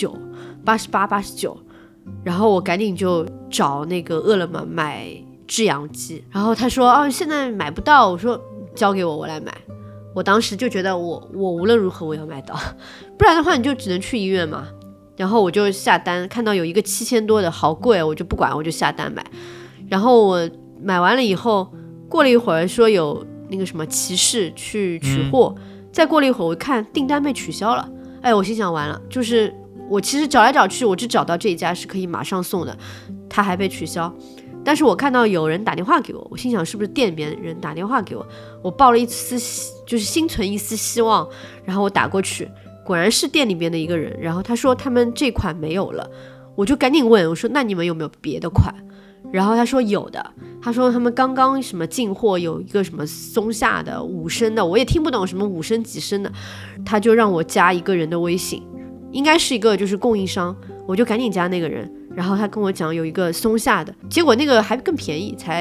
89、88、89，然后我赶紧就找那个饿了么买制氧机，然后她说现在买不到，我说交给我来买， 我当时就觉得我无论如何我要买到，不然的话你就只能去医院嘛。然后我就下单，看到有一个7000多的，好贵，我就不管，我就下单买。然后我买完了以后，过了一会儿说有那个什么骑士去取货，再过了一会儿我看订单被取消了。哎，我心想完了，就是我其实找来找去，我只找到这一家是可以马上送的，它还被取消。但是我看到有人打电话给我，我心想是不是店里面人打电话给我，我抱了一丝就是心存一丝希望，然后我打过去，果然是店里边的一个人，然后他说他们这款没有了，我就赶紧问，我说那你们有没有别的款？然后他说有的，他说他们刚刚什么进货有一个什么松下的5升的，我也听不懂什么5升几升的，他就让我加一个人的微信，应该是一个就是供应商，我就赶紧加那个人，然后他跟我讲有一个松下的，结果那个还更便宜，才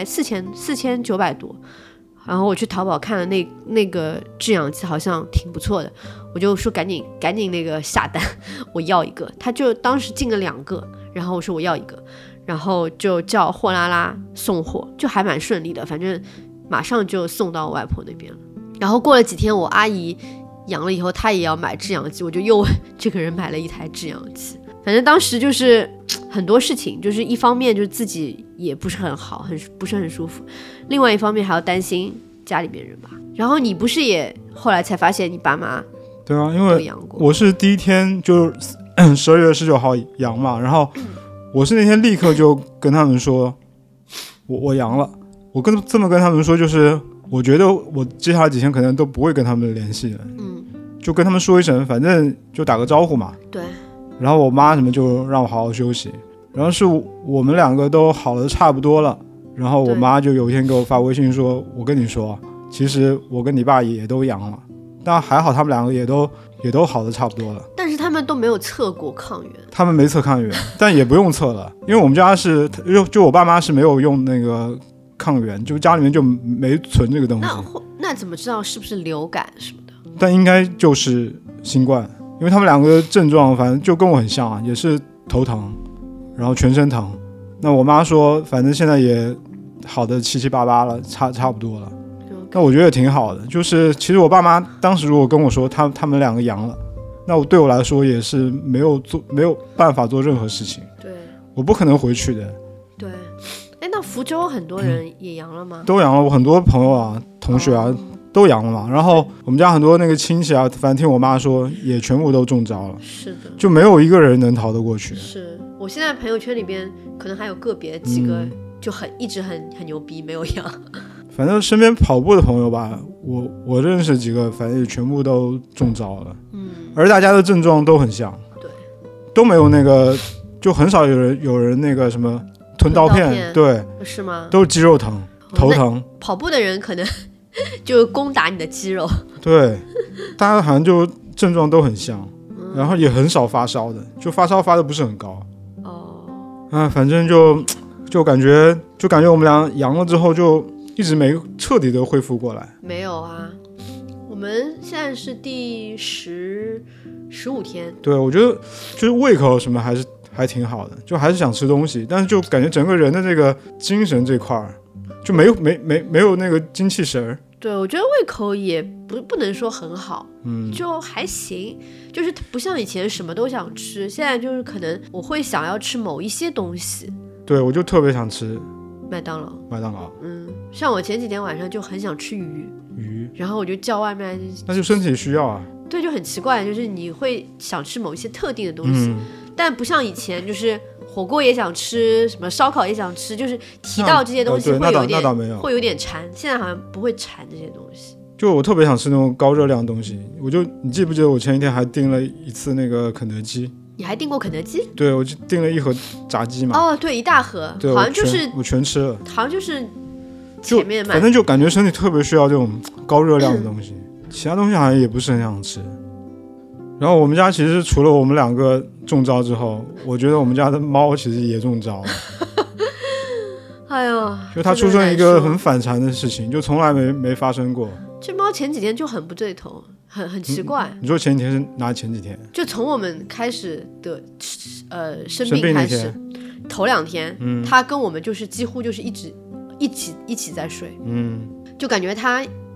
4900多。然后我去淘宝看了那个制氧机好像挺不错的，我就说赶紧那个下单，我要一个。他就当时进了2个，然后我说我要一个，然后就叫货拉拉送货，就还蛮顺利的，反正马上就送到我外婆那边了。然后过了几天，我阿姨阳了以后，她也要买制氧机，我就又这个人买了一台制氧机。反正当时就是很多事情，就是一方面就是自己也不是很好，不是很舒服，另外一方面还要担心家里边人吧。然后你不是也后来才发现你爸妈对啊，因为我是第一天就是12月19号阳嘛，然后我是那天立刻就跟他们说我阳了，我这么跟他们说，就是我觉得我接下来几天可能都不会跟他们联系了，就跟他们说一声，反正就打个招呼嘛。 对。 然后我妈什么就让我好好休息，然后是我们2个都好的差不多了，然后我妈就有一天给我发微信说，我跟你说其实我跟你爸也都阳了，但还好他们2个也都好的差不多了。 但是他们都没有测过抗原。 他们没测抗原，但也不用测了，因为我们家是就我爸妈是没有用那个抗原，就家里面就没存这个东西。 那怎么知道是不是流感什么的？ 但应该就是新冠，因为他们2个症状反正就跟我很像啊，也是头疼，然后全身疼。那我妈说反正现在也好的七七八八了，差不多了。那我觉得也挺好的，就是其实我爸妈当时如果跟我说他们2个阳了，那对我来说也是没有办法做任何事情。 对， 我不可能回去的。 对。那福州很多人也阳了吗？ 都阳了，我很多朋友啊同学啊都阳了嘛。然后我们家很多那个亲戚啊，反正听我妈说也全部都中招了。 是的， 就没有一个人能逃得过去。 是我现在朋友圈里边可能还有个别几个就一直很牛逼没有阳。 反正身边跑步的朋友吧，我认识几个，反正也全部都中招了。而大家的症状都很像。 对， 都没有那个，就很少有人那个什么吞刀片。对， 是吗？ 都是肌肉疼、头疼。 跑步的人可能就攻打你的肌肉。对， 大家好像就症状都很像，然后也很少发烧的，就发烧发的不是很高。反正就感觉我们俩阳了之后就一直没彻底的恢复过来。 没有啊，我们现在是第15天。对， 我觉得就是胃口什么还挺好的，就还是想吃东西，但是就感觉整个人的这个精神这块就没有那个精气神。 对，我觉得胃口也不能说很好，就还行，就是不像以前什么都想吃，现在就是可能我会想要吃某一些东西。 对，我就特别想吃麦当劳。像我前几天晚上就很想吃鱼，然后我就叫外卖。 那就身体需要啊。 对，就很奇怪，就是你会想吃某一些特定的东西，但不像以前，就是火锅也想吃，什么烧烤也想吃，就是提到这些东西会有点馋。现在好像不会馋这些东西。 就我特别想吃那种高热量的东西，你记不记得我前一天还订了一次那个肯德基？ 你还订过肯德基？ 对，我就订了1盒炸鸡嘛。 对，一大盒， 对， 好像就是我全吃了， 好像就是前面买， 反正就感觉身体特别需要这种高热量的东西，其他东西好像也不是很想吃。然后我们家其实除了我们2个中招之后，我觉得我们家的猫其实也中招了。 哎呦， 就它出生一个很反常的事情，就从来没发生过。 这猫前几天就很不对头，很奇怪。 你说前几天是哪前几天？ 就从我们开始的生病开始，头2天，它跟我们就是几乎就是一起在睡，就感觉它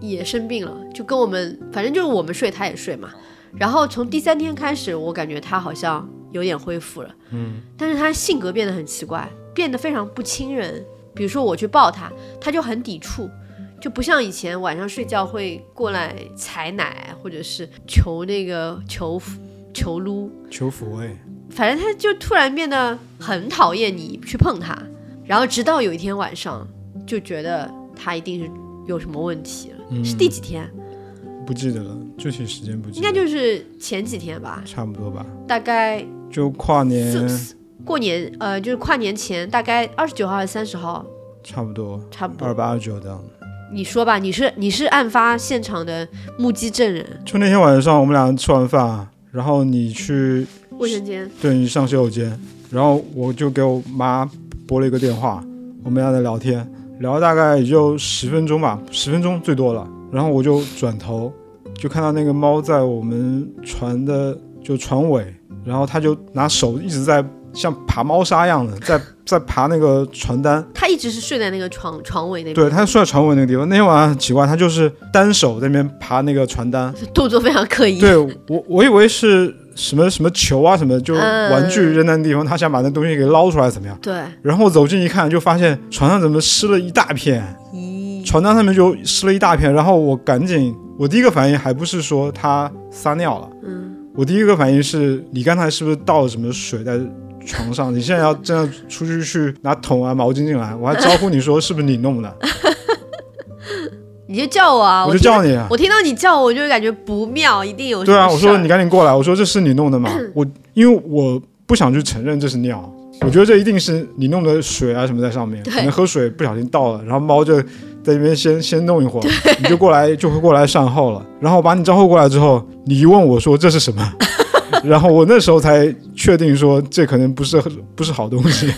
也生病了，就跟我们反正就是我们睡他也睡嘛。然后从第3天开始，我感觉他好像有点恢复了，但是他性格变得很奇怪，变得非常不亲人。比如说我去抱他，他就很抵触，就不像以前晚上睡觉会过来采奶，或者是求那个求撸求抚慰， 反正他就突然变得很讨厌你去碰他。然后直到有一天晚上，就觉得他一定是有什么问题了。是第几天？ 不记得了，具体时间不记得， 应该就是前几天吧， 差不多吧， 大概就跨年过年，就是跨年前，大概29号还是30号， 差不多 28、 29这样。 你说吧，你是案发现场的目击证人。 就那天晚上我们俩吃完饭，然后你去卫生间， 对，你上洗手间，然后我就给我妈拨了一个电话，我们俩在聊天，聊了大概也就10分钟吧，10分钟最多了。然后我就转头就看到那个猫在我们船的就船尾，然后它就拿手一直在像爬猫砂一样的在爬那个船单。 它一直是睡在那个床尾那边。 对，它睡在船尾那个地方。那天晚上很奇怪，它就是单手在那边爬那个船单， 动作非常刻意。 对，我以为是什么球啊什么，就玩具扔在那地方，他想把那东西给捞出来怎么样？ 对。 然后走近一看，就发现船上怎么湿了一大片，船单上面就湿了一大片。然后我第一个反应还不是说他撒尿了，我第一个反应是你刚才是不是倒了什么水在床上？你现在要这样出去拿桶啊毛巾进来，我还招呼你说是不是你弄的？ 你就叫我啊！ 我就叫你啊！ 我听到你叫我就感觉不妙，一定有什么事。 对啊，我说你赶紧过来，我说这是你弄的嘛？因为我不想去承认这是尿，我觉得这一定是你弄的水啊什么在上面，可能喝水不小心倒了，然后猫就在那边先弄一会儿，你就会过来善后了。然后我把你招呼过来之后，你一问我说这是什么，然后我那时候才确定说这可能不是好东西。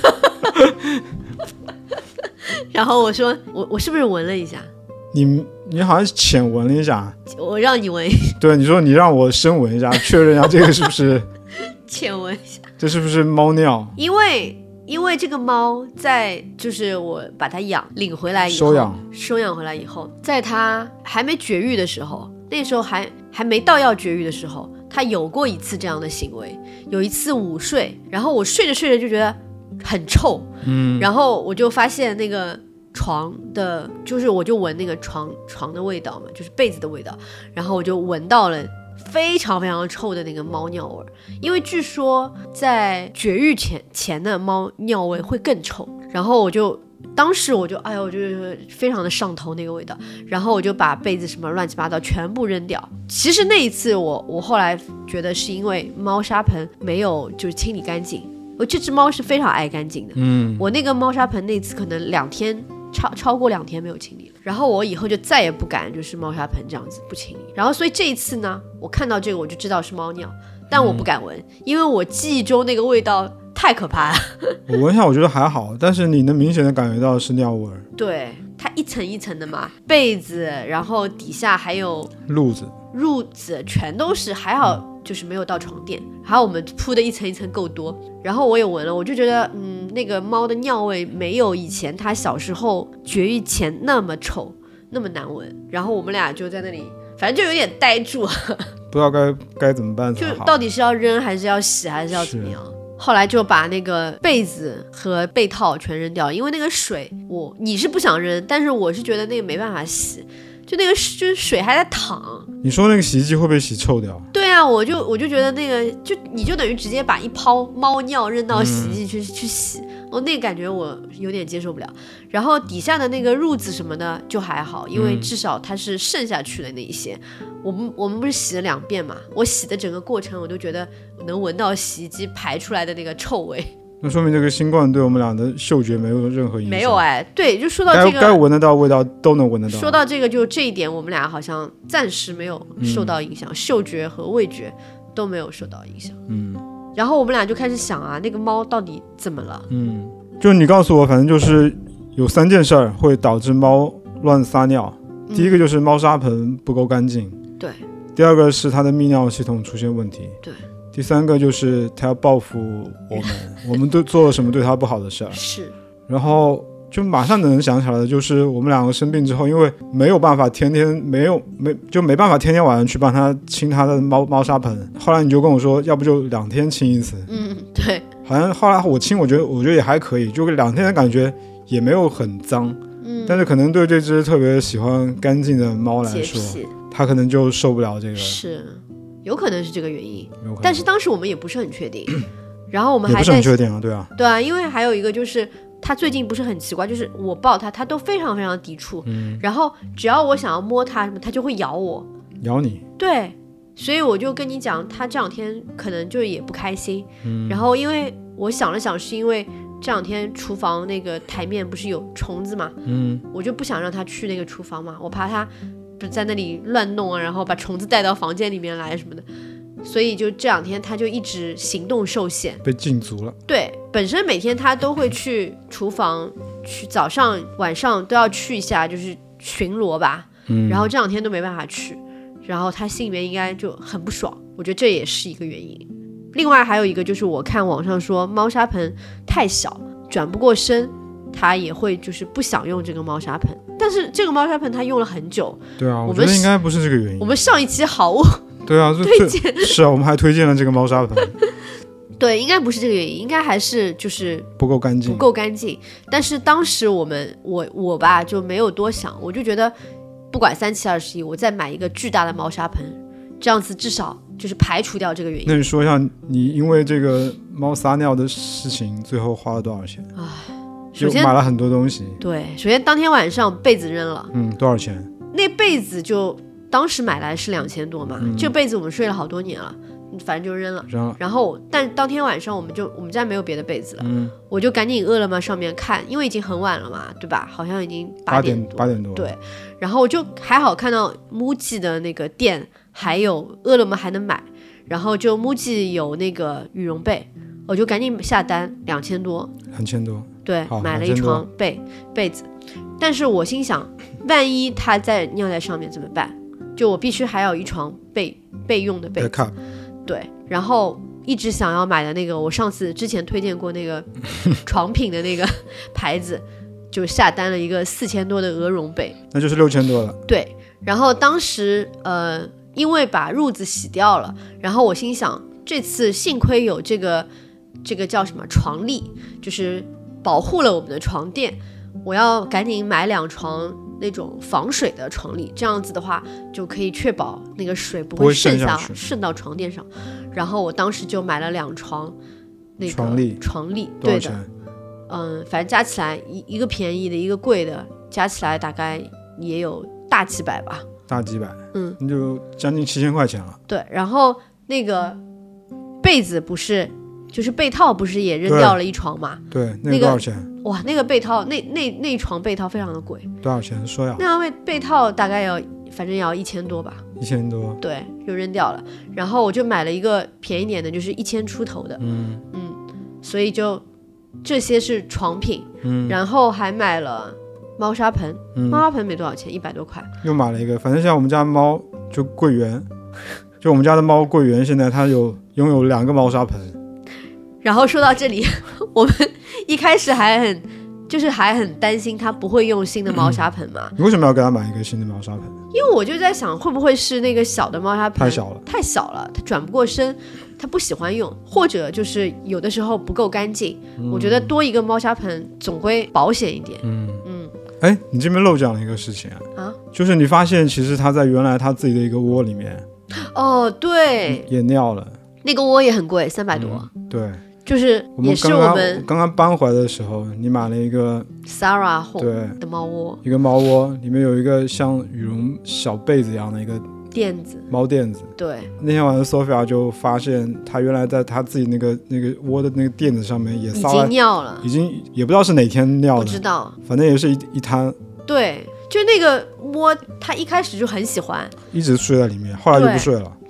然后我说我是不是闻了一下？ 你好像浅闻了一下， 我让你闻一下。 对，你说你让我深闻一下，确认一下这个是不是浅闻一下， 这是不是猫尿？ 因为这个猫在就是我把它领回来以后，收养回来以后，在它还没绝育的时候，那时候还没到要绝育的时候，它有过一次这样的行为。有一次午睡，然后我睡着睡着就觉得很臭，然后我就发现那个床的，就是我就闻那个床的味道嘛，就是被子的味道，然后我就闻到了非常非常臭的那个猫尿味。因为据说在绝育前的猫尿味会更臭，然后当时我就非常的上头那个味道，然后我就把被子什么乱七八糟全部扔掉。其实那一次我后来觉得是因为猫砂盆没有就是清理干净，我这只猫是非常爱干净的，我那个猫砂盆那次可能2天超过2天没有清理了，然后我以后就再也不敢就是猫砂盆这样子不清理。然后所以这一次呢，我看到这个我就知道是猫尿，但我不敢闻，因为我记忆中那个味道太可怕了。 我闻一下我觉得还好，但是你能明显的感觉到是尿味。 对，它一层一层的嘛，被子，然后底下还有褥子全都是，还好就是没有到床垫，还好我们铺的一层一层够多。然后我也闻了，我就觉得那个猫的尿味没有以前它小时候绝育前那么臭那么难闻。然后我们俩就在那里反正就有点呆住， 不知道该怎么办才好， 就到底是要扔还是要洗还是要怎么样。后来就把那个被子和被套全扔掉，因为那个水你是不想扔，但是我是觉得那个没办法洗，就那个就是水还在淌。 你说那个洗衣机会不会洗臭掉？ 对啊，我就觉得那个你就等于直接把一泡猫尿扔到洗衣机去洗，那个感觉我有点接受不了。然后底下的那个褥子什么的就还好，因为至少它是渗下去的那一些。我们不是洗了2遍嘛，我洗的整个过程我都觉得能闻到洗衣机排出来的那个臭味。 那说明这个新冠对我们俩的嗅觉没有任何影响。 没有对，就说到这个该闻得到味道都能闻得到。 说到这个，就这一点我们俩好像暂时没有受到影响，嗅觉和味觉都没有受到影响。然后我们俩就开始想啊，那个猫到底怎么了？ 就你告诉我，反正就是有3件事会导致猫乱撒尿。第一个就是猫砂盆不够干净， 对。 第二个是它的泌尿系统出现问题， 对。 第3个就是它要报复我们，我们都做了什么对它不好的事儿。 是。 然后就马上能想起来的就是我们两个生病之后，因为没有办法天天没办法天天晚上去帮他清他的猫砂盆，后来你就跟我说要不就2天清一次。 对， 好像后来我清我觉得也还可以，就2天的感觉也没有很脏。但是可能对这只特别喜欢干净的猫来说，它可能就受不了这个。 是有可能是这个原因，但是当时我们也不是很确定。然后我们还也不是很确定啊，对啊， 因为还有一个就是他最近不是很奇怪，就是我抱他，他都非常非常抵触，然后只要我想要摸他什么，他就会咬我， 咬你。 对，所以我就跟你讲，他这2天可能就也不开心。然后因为我想了想，是因为这2天厨房那个台面不是有虫子嘛，我就不想让他去那个厨房嘛，我怕他不是在那里乱弄啊，然后把虫子带到房间里面来什么的。所以就这2天他就一直行动受限， 被禁足了。 对，本身每天他都会去厨房，去早上晚上都要去一下，就是巡逻吧。然后这2天都没办法去，然后他心里面应该就很不爽，我觉得这也是一个原因。另外还有一个就是我看网上说猫砂盆太小转不过身，他也会就是不想用这个猫砂盆，但是这个猫砂盆他用了很久。 对啊，我觉得应该不是这个原因。 我们上一期好物对啊， 推荐是啊，我们还推荐了这个猫砂盆。 对，应该不是这个原因，应该还是就是不够干净。 但是当时我吧就没有多想，我就觉得不管3七21，我再买一个巨大的猫砂盆，这样子至少就是排除掉这个原因。 那你说一下，你因为这个猫撒尿的事情最后花了多少钱？ 首先买了很多东西。 对，首先当天晚上被子扔了。 多少钱？ 那被子就当时买来是2000多嘛，这被子我们睡了好多年了，反正就扔了。然后但当天晚上我们家没有别的被子了，我就赶紧饿了么上面看，因为已经很晚了嘛，对吧？好像已经8点多。对，然后我就还好看到 MUJI 的那个店还有饿了么还能买，然后就 MUJI 有那个羽绒被，我就赶紧下单2000多。对，买了一床被子。但是我心想，万一他再尿在上面怎么办？就我必须还有一床备用的被子。对，然后一直想要买的那个，我之前推荐过那个床品的那个牌子，就下单了一个4000多的鹅绒被， 那就是6000多了。 对，然后当时因为把褥子洗掉了，然后我心想，这次幸亏有这个叫什么床笠，就是保护了我们的床垫，我要赶紧买2床那种防水的床笠，这样子的话就可以确保那个水不会渗到床垫上。然后我当时就买了2床那个床笠，对的，反正加起来一个便宜的一个贵的，加起来大概也有大几百吧。 大几百，那就将近7000块钱了。 对，然后那个被子不是，就是被套不是也扔掉了一床嘛？ 对，那个多少钱？ 哇，那个被套那床被套非常的贵。 多少钱？说呀。 那被套大概反正要1000多吧。 1000多。 对，就扔掉了。然后我就买了一个便宜点的，就是1000出头的。所以就这些是床品。然后还买了猫砂盆。猫砂盆没多少钱，100多块。 又买了一个，反正像我们家猫就桂圆，就我们家的猫桂圆，现在它拥有2个猫砂盆。 然后说到这里，我们一开始还很担心他不会用新的猫砂盆嘛。 你为什么要给他买一个新的猫砂盆？ 因为我就在想，会不会是那个小的猫砂盆太小了，他转不过身，他不喜欢用，或者就是有的时候不够干净。我觉得多一个猫砂盆总归保险一点。 哎，你这边漏讲了一个事情啊，就是你发现其实他在原来他自己的一个窝里面， 对， 也尿了， 那个窝也很贵，300多。 对。 就是也是我们刚刚搬回来的时候，你买了一个 Sarah Home 的猫窝， 一个猫窝里面有一个像羽绒小被子一样的一个猫垫子。 对， 那天晚上 Sophia 就发现她原来在她自己那个窝的那个垫子上面也撒了， 已经尿了， 已经也不知道是哪天尿的， 不知道， 反正也是一滩。 对，就那个窝，她一开始就很喜欢， 一直睡在里面，后来就不睡了。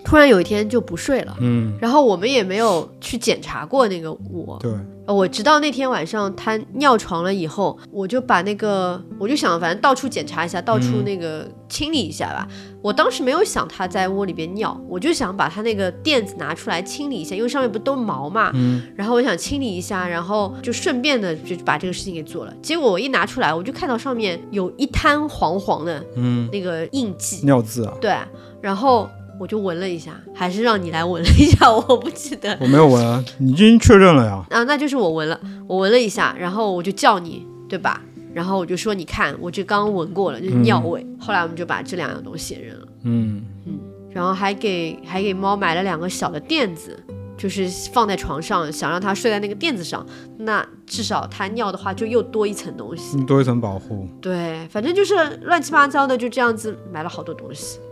突然有一天就不睡了，然后我们也没有去检查过那个窝。 对， 我直到那天晚上他尿床了以后，我就把那个，我就想反正到处检查一下，到处那个清理一下吧。我当时没有想他在窝里边尿，我就想把他那个垫子拿出来清理一下，因为上面不都毛嘛，然后我想清理一下，然后就顺便的就把这个事情给做了。结果我一拿出来，我就看到上面有一滩黄黄的那个印记， 尿渍啊。 对，然后我就闻了一下，还是让你来闻了一下，我不记得。 我没有闻啊，你已经确认了呀。 啊，那就是我闻了，我闻了一下，然后我就叫你，对吧？然后我就说，你看，我这刚闻过了，就是尿味。后来我们就把这2样东西也扔了。然后还给猫买了2个小的垫子，就是放在床上，想让它睡在那个垫子上，那至少它尿的话就又多一层东西， 多一层保护。 对，反正就是乱七八糟的，就这样子买了好多东西。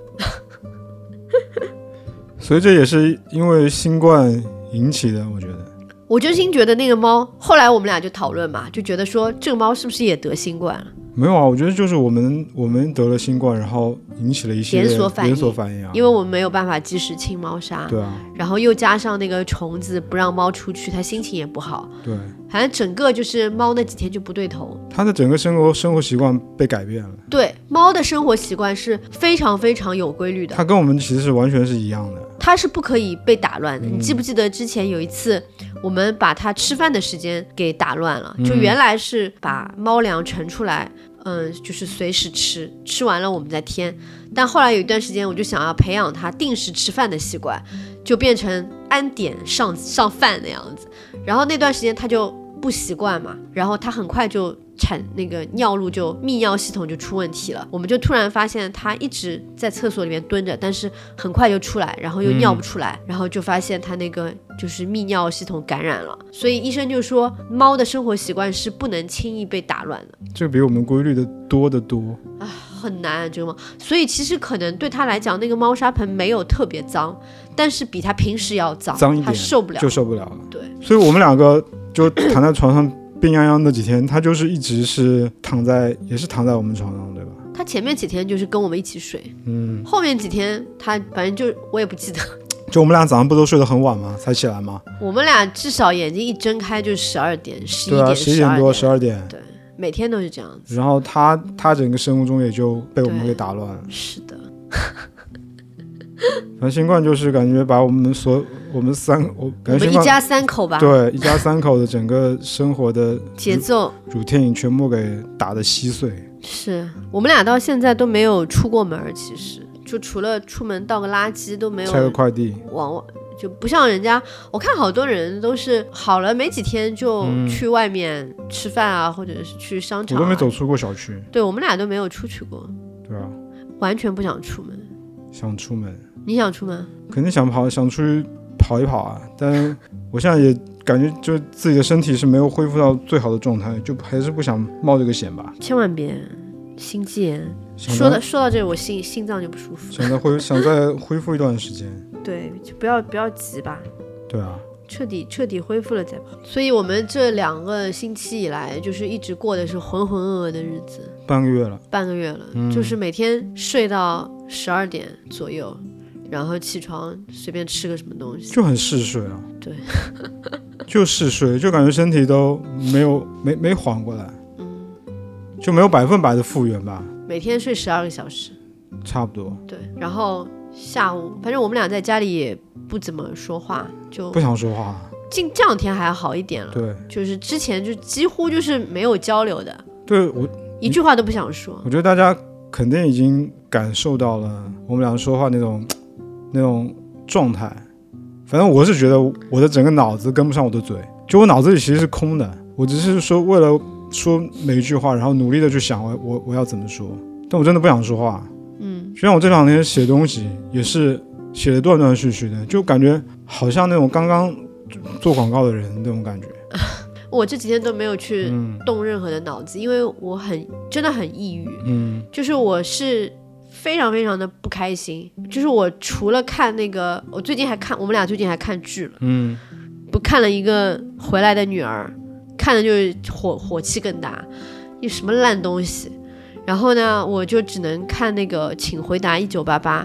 所以这也是因为新冠引起的，我觉得。 我真心觉得那个猫，后来我们俩就讨论嘛，就觉得说这个猫是不是也得新冠了？ 没有啊，我觉得就是我们得了新冠，然后引起了一些连锁反应啊。 因为我们没有办法及时清猫砂， 对啊， 然后又加上那个虫子不让猫出去，它心情也不好， 对， 反正整个就是猫那几天就不对头， 它的整个生活习惯被改变了。 对，猫的生活习惯是非常非常有规律的， 它跟我们其实是完全是一样的， 它是不可以被打乱的。你记不记得之前有一次我们把它吃饭的时间给打乱了，就原来是把猫粮盛出来，就是随时吃完了我们再添，但后来有一段时间我就想要培养它定时吃饭的习惯，就变成按点上饭那样子，然后那段时间它就不习惯嘛，然后它很快就那个尿路就泌尿系统就出问题了，我们就突然发现它一直在厕所里面蹲着，但是很快就出来，然后又尿不出来，然后就发现它那个就是泌尿系统感染了，所以医生就说猫的生活习惯是不能轻易被打乱的， 这个比我们规律的多得多啊，很难这个猫，所以其实可能对它来讲那个猫砂盆没有特别脏，但是比它平时要脏一点， 它受不了， 就受不了了。 对， 所以我们2个就躺在床上病殃殃那几天，它就是一直是也是躺在我们床上，对吧？ 它前面几天就是跟我们一起睡，后面几天它反正就我也不记得。 就我们俩早上不都睡得很晚吗？才起来吗？ 我们俩至少眼睛一睁开就12点、11点、 对啊，11点多、12点。 对，每天都是这样子。 然后它整个生物钟也就被我们给打乱了。 是的。 反正新冠就是感觉把我们一家3口吧， 对，一家3口的整个生活的节奏 routine 全部给打得稀碎。 是我们俩到现在都没有出过门，其实就除了出门倒个垃圾都没有， 拆个快递， 就不像人家，我看好多人都是好了没几天就去外面吃饭啊，或者是去商场， 我都没走出过小区。 对，我们俩都没有出去过。 对啊， 完全不想出门。 想出门？ 你想出门？ 肯定想出去跑一跑啊，但我现在也感觉就自己的身体是没有恢复到最好的状态，就还是不想冒这个险吧。 千万别心肌炎。说到这，我心脏就不舒服。 想再恢复一段时间。 对，就不要急吧。 对啊， 彻底恢复了再跑。所以我们这2个星期以来，就是一直过的是浑浑噩噩的日子。半个月了，就是每天睡到12点左右，然后起床随便吃个什么东西， 就很嗜睡啊。 对， 就嗜睡，就感觉身体都没缓过来，就没有100%的复原吧。 每天睡12个小时， 差不多。 对，然后下午，反正我们俩在家里也不怎么说话，就不想说话。 这2天还好一点了， 对，就是之前就几乎就是没有交流的。 对，我一句话都不想说。 我觉得大家肯定已经感受到了我们俩说话那种状态。反正我是觉得我的整个脑子跟不上我的嘴，就我脑子里其实是空的，我只是说为了说每一句话，然后努力的去想我要怎么说，但我真的不想说话。就像我这2天写东西也是写的断断续续的，就感觉好像那种刚刚做广告的人那种感觉。 我这几天都没有去动任何的脑子，因为我真的很抑郁。就是我是非常非常的不开心。就是我除了看那个，我们俩最近还看剧了。不看了一个回来的女儿，看的就是火气更大，有什么烂东西。然后呢，我就只能看那个请回答1988，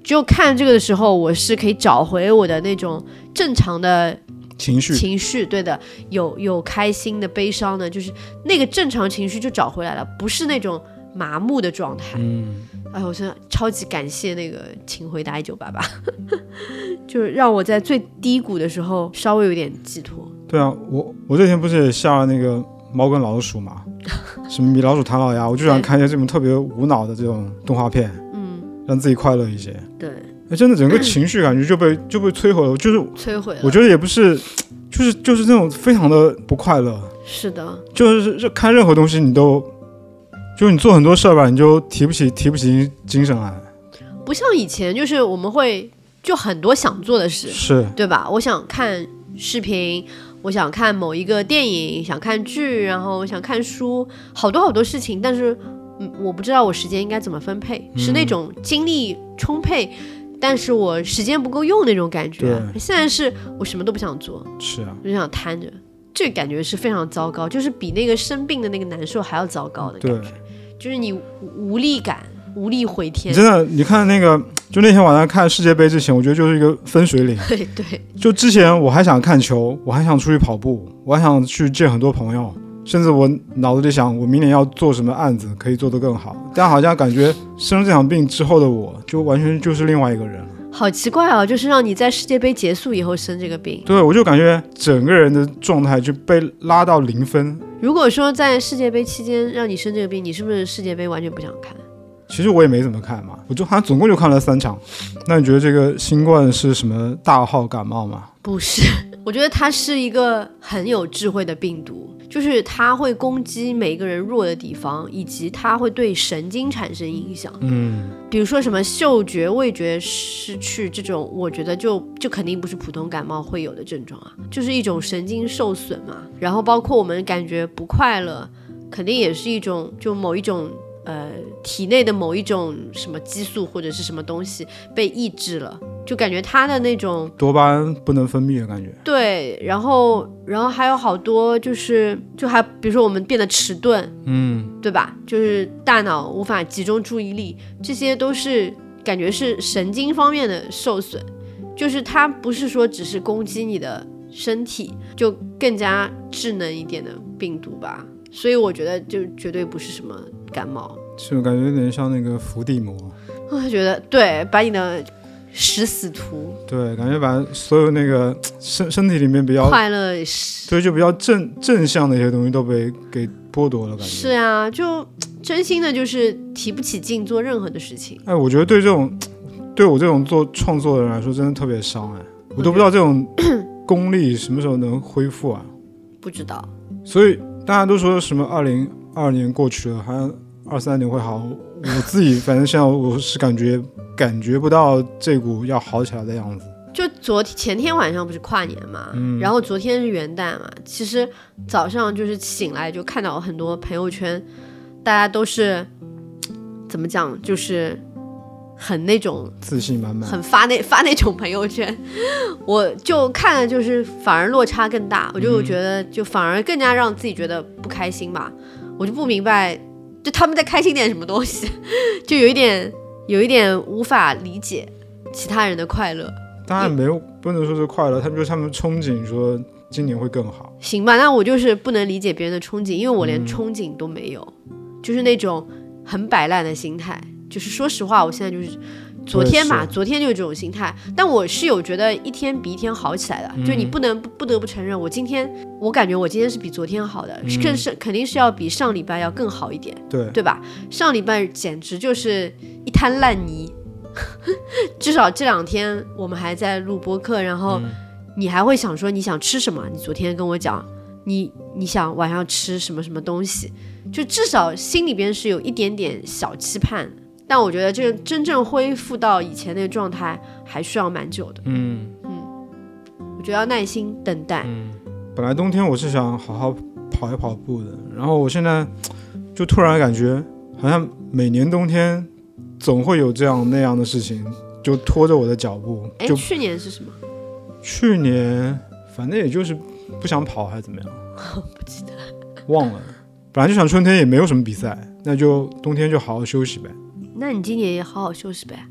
只有看这个的时候，我是可以找回我的那种正常的情绪，对的，有开心的、悲伤的，就是那个正常情绪就找回来了，不是那种麻木的状态。哎，我真的超级感谢那个请回答1988，就是让我在最低谷的时候稍微有点寄托。 对啊，我这天不是也下了那个猫跟老鼠嘛，什么米老鼠唐老鸭，我就想看一下这种特别无脑的这种动画片，让自己快乐一些。 对， 真的整个情绪感觉就被摧毁了，就是摧毁了。 我觉得也不是，就是那种非常的不快乐。 是的， 就是看任何东西你都，就是你做很多事儿吧，你就提不起精神来。 不像以前，就是我们会就很多想做的事， 是对吧？我想看视频，我想看某一个电影，想看剧，然后想看书，好多事情，但是我不知道我时间应该怎么分配，是那种精力充沛，但是我时间不够用那种感觉。现在是我什么都不想做， 是啊， 就想瘫着，这个感觉是非常糟糕，就是比那个生病的那个难受还要糟糕的感觉，就是你无力感。无力回天， 真的，你看那个，就那天晚上看世界杯之前，我觉得就是一个分水岭。 对， 就之前我还想看球，我还想出去跑步，我还想去见很多朋友，甚至我脑子里想我明年要做什么案子可以做得更好，但好像感觉生这场病之后的我就完全就是另外一个人了。 好奇怪啊，就是让你在世界杯结束以后生这个病。 对，我就感觉整个人的状态就被拉到0分。 如果说在世界杯期间让你生这个病，你是不是世界杯完全不想看？ 其实我也没怎么看嘛，我就好像总共就看了3场。那你觉得这个新冠是什么大号感冒吗？ 不是，我觉得它是一个很有智慧的病毒，就是它会攻击每个人弱的地方，以及它会对神经产生影响。比如说什么嗅觉、味觉失去这种，我觉得就肯定不是普通感冒会有的症状啊，就是一种神经受损嘛。然后包括我们感觉不快乐，肯定也是一种就某一种体内的某一种什么激素或者是什么东西被抑制了，就感觉它的那种多巴胺不能分泌的感觉。 对，然后还有好多就还比如说我们变得迟钝，对吧？就是大脑无法集中注意力，这些都是感觉是神经方面的受损，就是它不是说只是攻击你的身体，就更加智能一点的病毒吧。所以我觉得就绝对不是什么感冒， 是感觉有点像那个伏地魔。 我觉得对，把你的食死徒， 对，感觉把所有那个身体里面比较快乐， 对，就比较正向的一些东西都被给剥夺了，感觉是啊，就真心的就是提不起劲做任何的事情。 哎，我觉得对我这种做创作的人来说，真的特别伤哎，我都不知道这种功力什么时候能恢复啊？ 不知道， 所以大家都说什么2022年过去了，好像23年会好。我自己反正现在我是感觉不到这股要好起来的样子。 就前天晚上不是跨年嘛，然后昨天是元旦嘛，其实早上就是醒来就看到很多朋友圈，大家都是怎么讲，就是很那种自信满满， 很发那种朋友圈，我就看了就是反而落差更大，我就觉得就反而更加让自己觉得不开心吧。我就不明白，就他们在开心点什么东西，就有一点无法理解其他人的快乐。 当然不能说是快乐，他们憧憬说今年会更好。 行吧，那我就是不能理解别人的憧憬，因为我连憧憬都没有，就是那种很摆烂的心态。就是说实话，我现在就是昨天就是这种心态，但我是有觉得一天比一天好起来的。就你不得不承认，我感觉我今天是比昨天好的，肯定是要比上礼拜要更好一点，对吧？上礼拜简直就是一滩烂泥。至少这2天我们还在录播客，然后你还会想说你想吃什么，你昨天跟我讲你想晚上吃什么什么东西，就至少心里边是有一点点小期盼。但我觉得这个真正恢复到以前那个状态还需要蛮久的。我觉得要耐心等待。 本来冬天我是想好好跑一跑步的，然后我现在就突然感觉好像每年冬天总会有这样那样的事情就拖着我的脚步。就去年是什么？ 去年反正也就是不想跑还是怎么样不记得忘了。本来就想春天也没有什么比赛，那就冬天就好好休息呗。 那你今年也好好休息呗。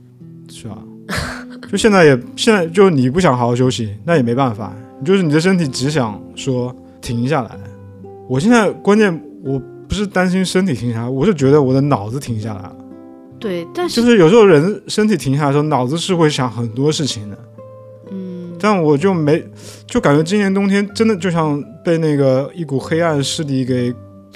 是啊，就现在就你不想好好休息，那也没办法，就是你的身体只想说停下来。我现在关键我不是担心身体停下来，我是觉得我的脑子停下来了。 对，但是就是有时候人身体停下来的时候，脑子是会想很多事情的。但我就感觉今年冬天真的就像被那个一股黑暗势力给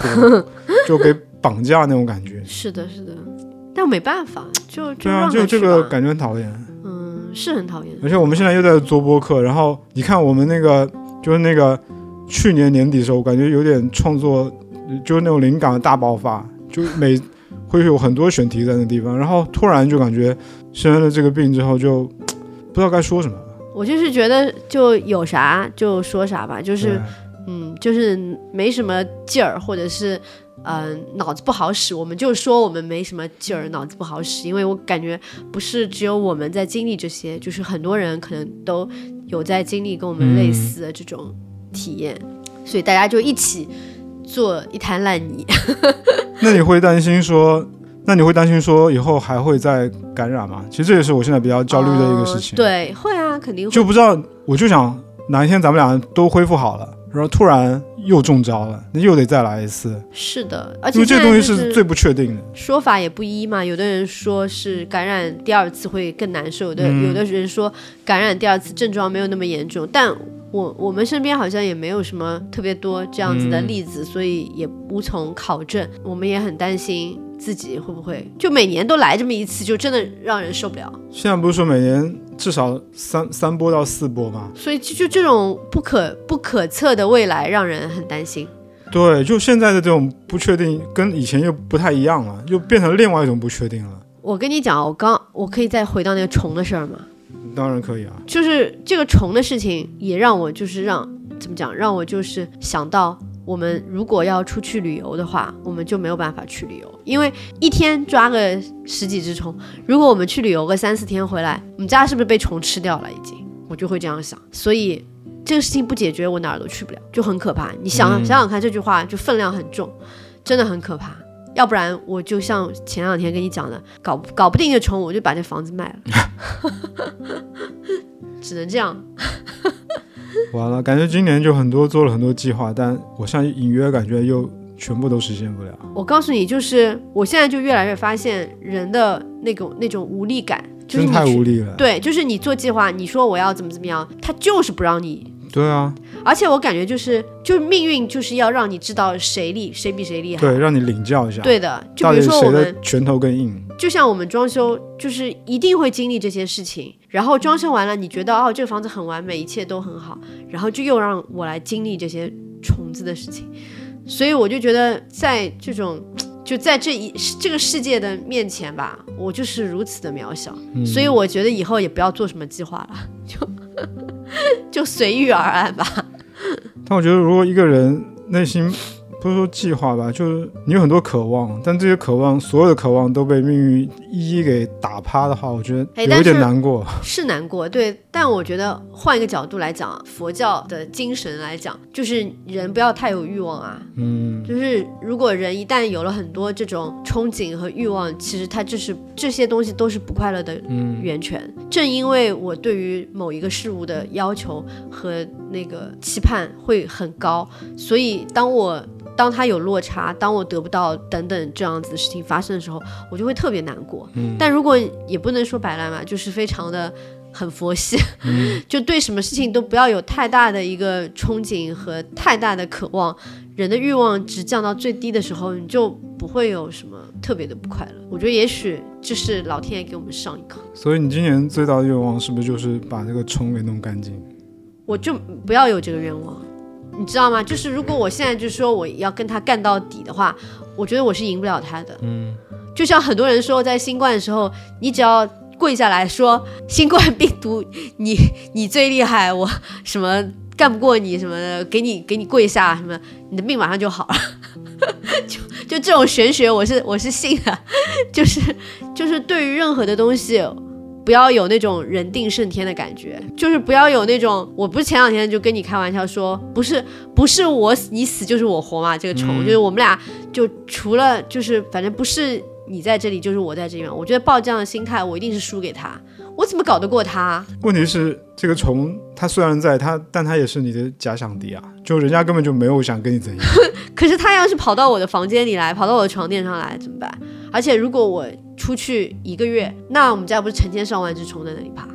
绑架那种感觉。 是的，但我没办法， 对啊，就这个感觉很讨厌。 是很讨厌。 而且我们现在又在做播客，然后你看我们那个就是那个去年年底的时候，我感觉有点创作，就是那种灵感的大爆发，就会有很多选题在那地方，然后突然就感觉生了这个病之后，就不知道该说什么。 我就是觉得就有啥就说啥吧，就是就是没什么劲儿，或者是脑子不好使，我们就说我们没什么劲儿，脑子不好使，因为我感觉不是只有我们在经历这些，就是很多人可能都有在经历跟我们类似的这种体验，所以大家就一起做一滩烂泥。 那你会担心说以后还会再感染吗？其实这也是我现在比较焦虑的一个事情。 对，会啊，肯定会。 就不知道，我就想哪一天咱们俩都恢复好了，然后突然又中招了，那又得再来一次。 是的，而且因为这东西是最不确定的， 说法也不一嘛。有的人说是感染第二次会更难受，有的人说感染第二次症状没有那么严重，但我们身边好像也没有什么特别多这样子的例子，所以也无从考证。我们也很担心自己会不会就每年都来这么一次，就真的让人受不了。 现在不是说每年至少三波到4波吗？ 所以就这种不可测的未来让人很担心。 对，就现在的这种不确定跟以前又不太一样了，又变成另外一种不确定了。 我跟你讲，我可以再回到那个虫的事儿吗？ 当然可以啊。 就是这个虫的事情也让我就是让我就是想到，我们如果要出去旅游的话，我们就没有办法去旅游，因为一天抓个10几只虫，如果我们去旅游个3、4天回来，我们家是不是被虫吃掉了已经？我就会这样想，所以这个事情不解决，我哪儿都去不了，就很可怕。你想想看，这句话就分量很重，真的很可怕。要不然我就像前2天跟你讲的，搞不定这虫，我就把这房子卖了。只能这样。 完了，感觉今年就做了很多计划，但我像隐约感觉又全部都实现不了。 我告诉你，就是我现在就越来越发现人的那种无力感，就是真太无力了。 对，就是你做计划，你说我要怎么样，他就是不让你。 对啊， 而且我感觉就是命运就是要让你知道谁比谁厉害， 对，让你领教一下。 对的，就比如说我们谁的拳头更硬， 就像我们装修，就是一定会经历这些事情，然后装修完了，你觉得这个房子很完美，一切都很好，然后就又让我来经历这些虫子的事情，所以我就觉得在这种。就在这个世界的面前吧，我就是如此的渺小，所以我觉得以后也不要做什么计划了，就随遇而安吧。 但我觉得如果一个人内心不是说计划吧，就是你有很多渴望，但这些渴望所有的渴望都被命运一一给打趴的话，我觉得有一点难过。 是难过，对，但我觉得换一个角度来讲，佛教的精神来讲，就是人不要太有欲望啊。就是如果人一旦有了很多这种憧憬和欲望，其实他这些东西都是不快乐的源泉。正因为我对于某一个事物的要求和那个期盼会很高，所以当他有落差，当我得不到等等这样子的事情发生的时候，我就会特别难过。但如果也不能说白了嘛，就是非常的很佛系，就对什么事情都不要有太大的一个憧憬和太大的渴望，人的欲望值降到最低的时候，你就不会有什么特别的不快乐。我觉得也许这是老天爷给我们上一课。 所以你今年最大的愿望是不是就是把这个虫给弄干净？ 我就不要有这个愿望，你知道吗？就是如果我现在就说我要跟他干到底的话，我觉得我是赢不了他的。就像很多人说在新冠的时候，你只要跪下来说新冠病毒你最厉害，我什么干不过你什么的，给你跪下什么，你的病马上就好了。就这种玄学我是信的，就是对于任何的东西不要有那种人定胜天的感觉，就是不要有那种，我不是前2天就跟你开玩笑说，不是你死就是我活嘛，这个虫，就是我们俩就除了就是反正不是你在这里就是我在这里嘛。我觉得抱这样的心态，我一定是输给他，我怎么搞得过他？ 问题是这个虫它虽然在但它也是你的假想敌啊，就人家根本就没有想跟你怎样。 可是他要是跑到我的房间里来，跑到我的床垫上来怎么办？而且如果我出去1个月，那我们家不是成千上万只虫在那里爬？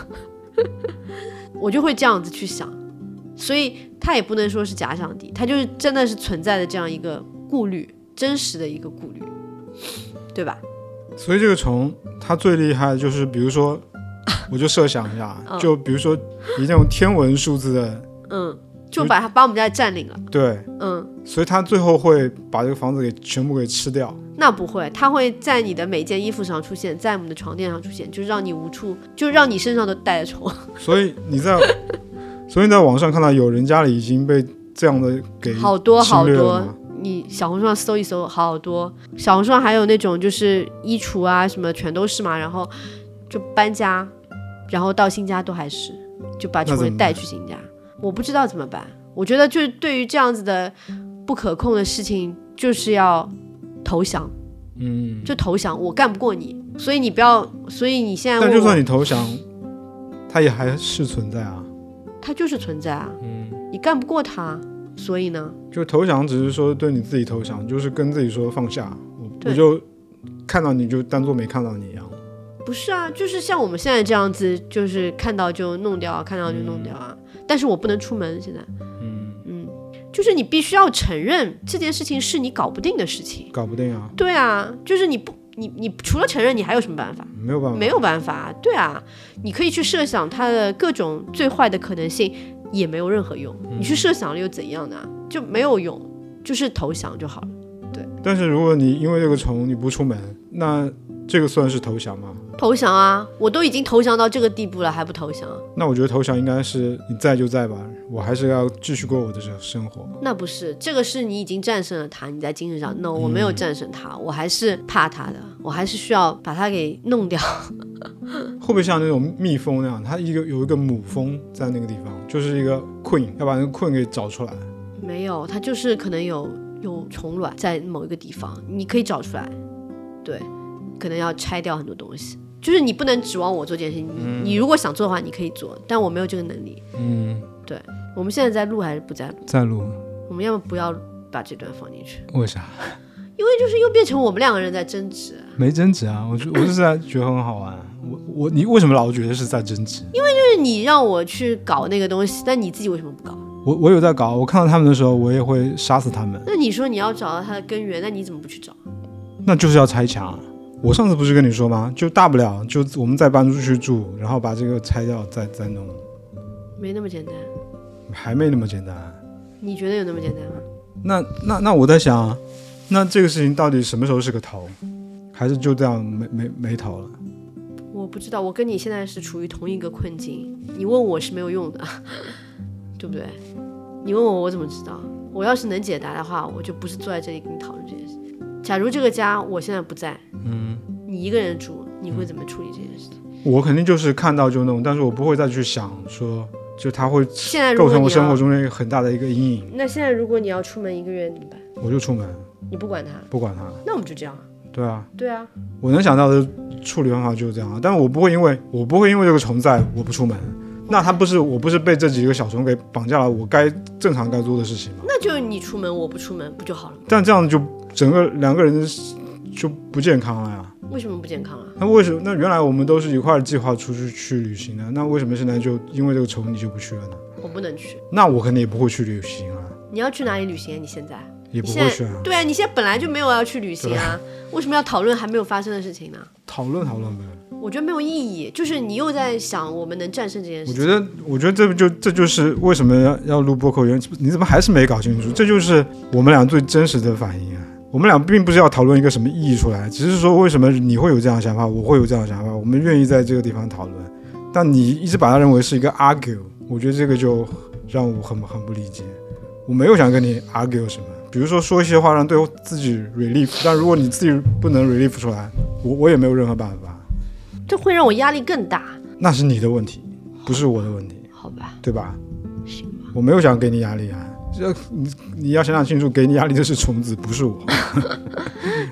我就会这样子去想，所以他也不能说是假想敌，他就是真的是存在的这样一个顾虑，真实的一个顾虑，对吧？ 所以这个虫它最厉害的就是比如说我就设想一下就比如说以那种天文数字的就把我们家占领了。 对，所以它最后会把这个房子给全部给吃掉。 那不会，它会在你的每件衣服上出现，在我们的床垫上出现，就是让你无处，就让你身上都带着虫。 所以你在网上看到有人家里已经被这样的给好多好多， 吗？ 你小红书上搜一搜，好多。小红书上还有那种就是衣橱啊什么全都是嘛，然后就搬家，然后到新家都还是就把虫带去新家。我不知道怎么办。我觉得就是对于这样子的不可控的事情，就是要投降。就投降，我干不过你，所以你不要，所以你现在问我， 但就算你投降，它也还是存在啊。 它就是存在啊。你干不过它，所以呢， 就投降只是说对你自己投降，就是跟自己说放下，我就看到你就当做没看到你一样。 不是啊，就是像我们现在这样子，就是看到就弄掉，看到就弄掉啊。但是我不能出门，现在，就是你必须要承认这件事情是你搞不定的事情。 搞不定啊。 对啊，就是你除了承认，你还有什么办法？ 没有办法， 没有办法。对啊，你可以去设想它的各种最坏的可能性，也没有任何用。你去设想了又怎样呢？就没有用，就是投降就好了。对。 但是如果你因为这个虫你不出门，那这个算是投降吗？ 投降啊！我都已经投降到这个地步了，还不投降？ 那我觉得投降应该是你在就在吧，我还是要继续过我的生活。 那不是，这个是你已经战胜了他，你在精神上 no， 我没有战胜他，我还是怕他的，我还是需要把他给弄掉。 会不会像那种蜜蜂那样，它有一个母蜂在那个地方，就是一个 queen， 要把那个 queen 给找出来？ 没有，它就是可能有虫卵在某一个地方，你可以找出来。对，可能要拆掉很多东西。就是你不能指望我做这件事情，你如果想做的话，你可以做，但我没有这个能力。对，我们现在在录还是不在录？ 在录。 我们要不要把这段放进去？ 为啥？ 因为就是又变成我们2个人在争执。 没争执啊，我是在觉得很好玩。你为什么老觉得是在争执？ 因为就是你让我去搞那个东西，但你自己为什么不搞？ 我有在搞，我看到他们的时候，我也会杀死他们。 那你说你要找到它的根源，那你怎么不去找？ 那就是要拆墙。我上次不是跟你说吗？就大不了就我们再搬出去住，然后把这个拆掉，再弄。 没那么简单。 还没那么简单。 你觉得有那么简单吗？ 那我在想，那这个事情到底什么时候是个头，还是就这样没头了？ 我不知道，我跟你现在是处于同一个困境，你问我是没有用的，对不对？你问我怎么知道？我要是能解答的话，我就不是坐在这里跟你讨论这件事情。假如这个家我现在不在，你一个人住，你会怎么处理这件事情？ 我肯定就是看到就弄，但是我不会再去想说，就它会构成我生活中的很大的一个阴影。 那现在如果你要出门1个月怎么办？ 我就出门， 你不管它？ 不管它。 那我们就这样啊。 对啊， 对啊， 我能想到的处理方法就是这样啊。但是我不会因为这个虫在我不出门，那我不是被这几个小虫给绑架了，我正常该做的事情吗？ 那就你出门我不出门不就好了吗？ 但这样就整个2个人就不健康了呀。 为什么不健康啊？ 那原来我们都是一块计划出去旅行的，那为什么现在就因为这个虫你就不去了呢？ 我不能去。 那我肯定也不会去旅行啊。 你要去哪里旅行啊？你现在也不会去啊。 对啊，你现在本来就没有要去旅行啊，为什么要讨论还没有发生的事情呢？讨论呗。我觉得没有意义，就是你又在想我们能战胜这件事情。 我觉得这就是为什么要录播客原因。你怎么还是没搞清楚？这就是我们俩最真实的反应啊。我们俩并不是要讨论一个什么意义出来，只是说为什么你会有这样的想法，我会有这样的想法，我们愿意在这个地方讨论。但你一直把它认为是一个 argue， 我觉得这个就让我很不理解。我没有想跟你 argue 什么，比如说一些话让对自己 relief， 但如果你自己不能 relief 出来，我也没有任何办法。 这会让我压力更大。 那是你的问题，不是我的问题。 好吧， 对吧？ 行吧。 我没有想给你压力啊。你要想清楚，给你压力的是虫子，不是我。 但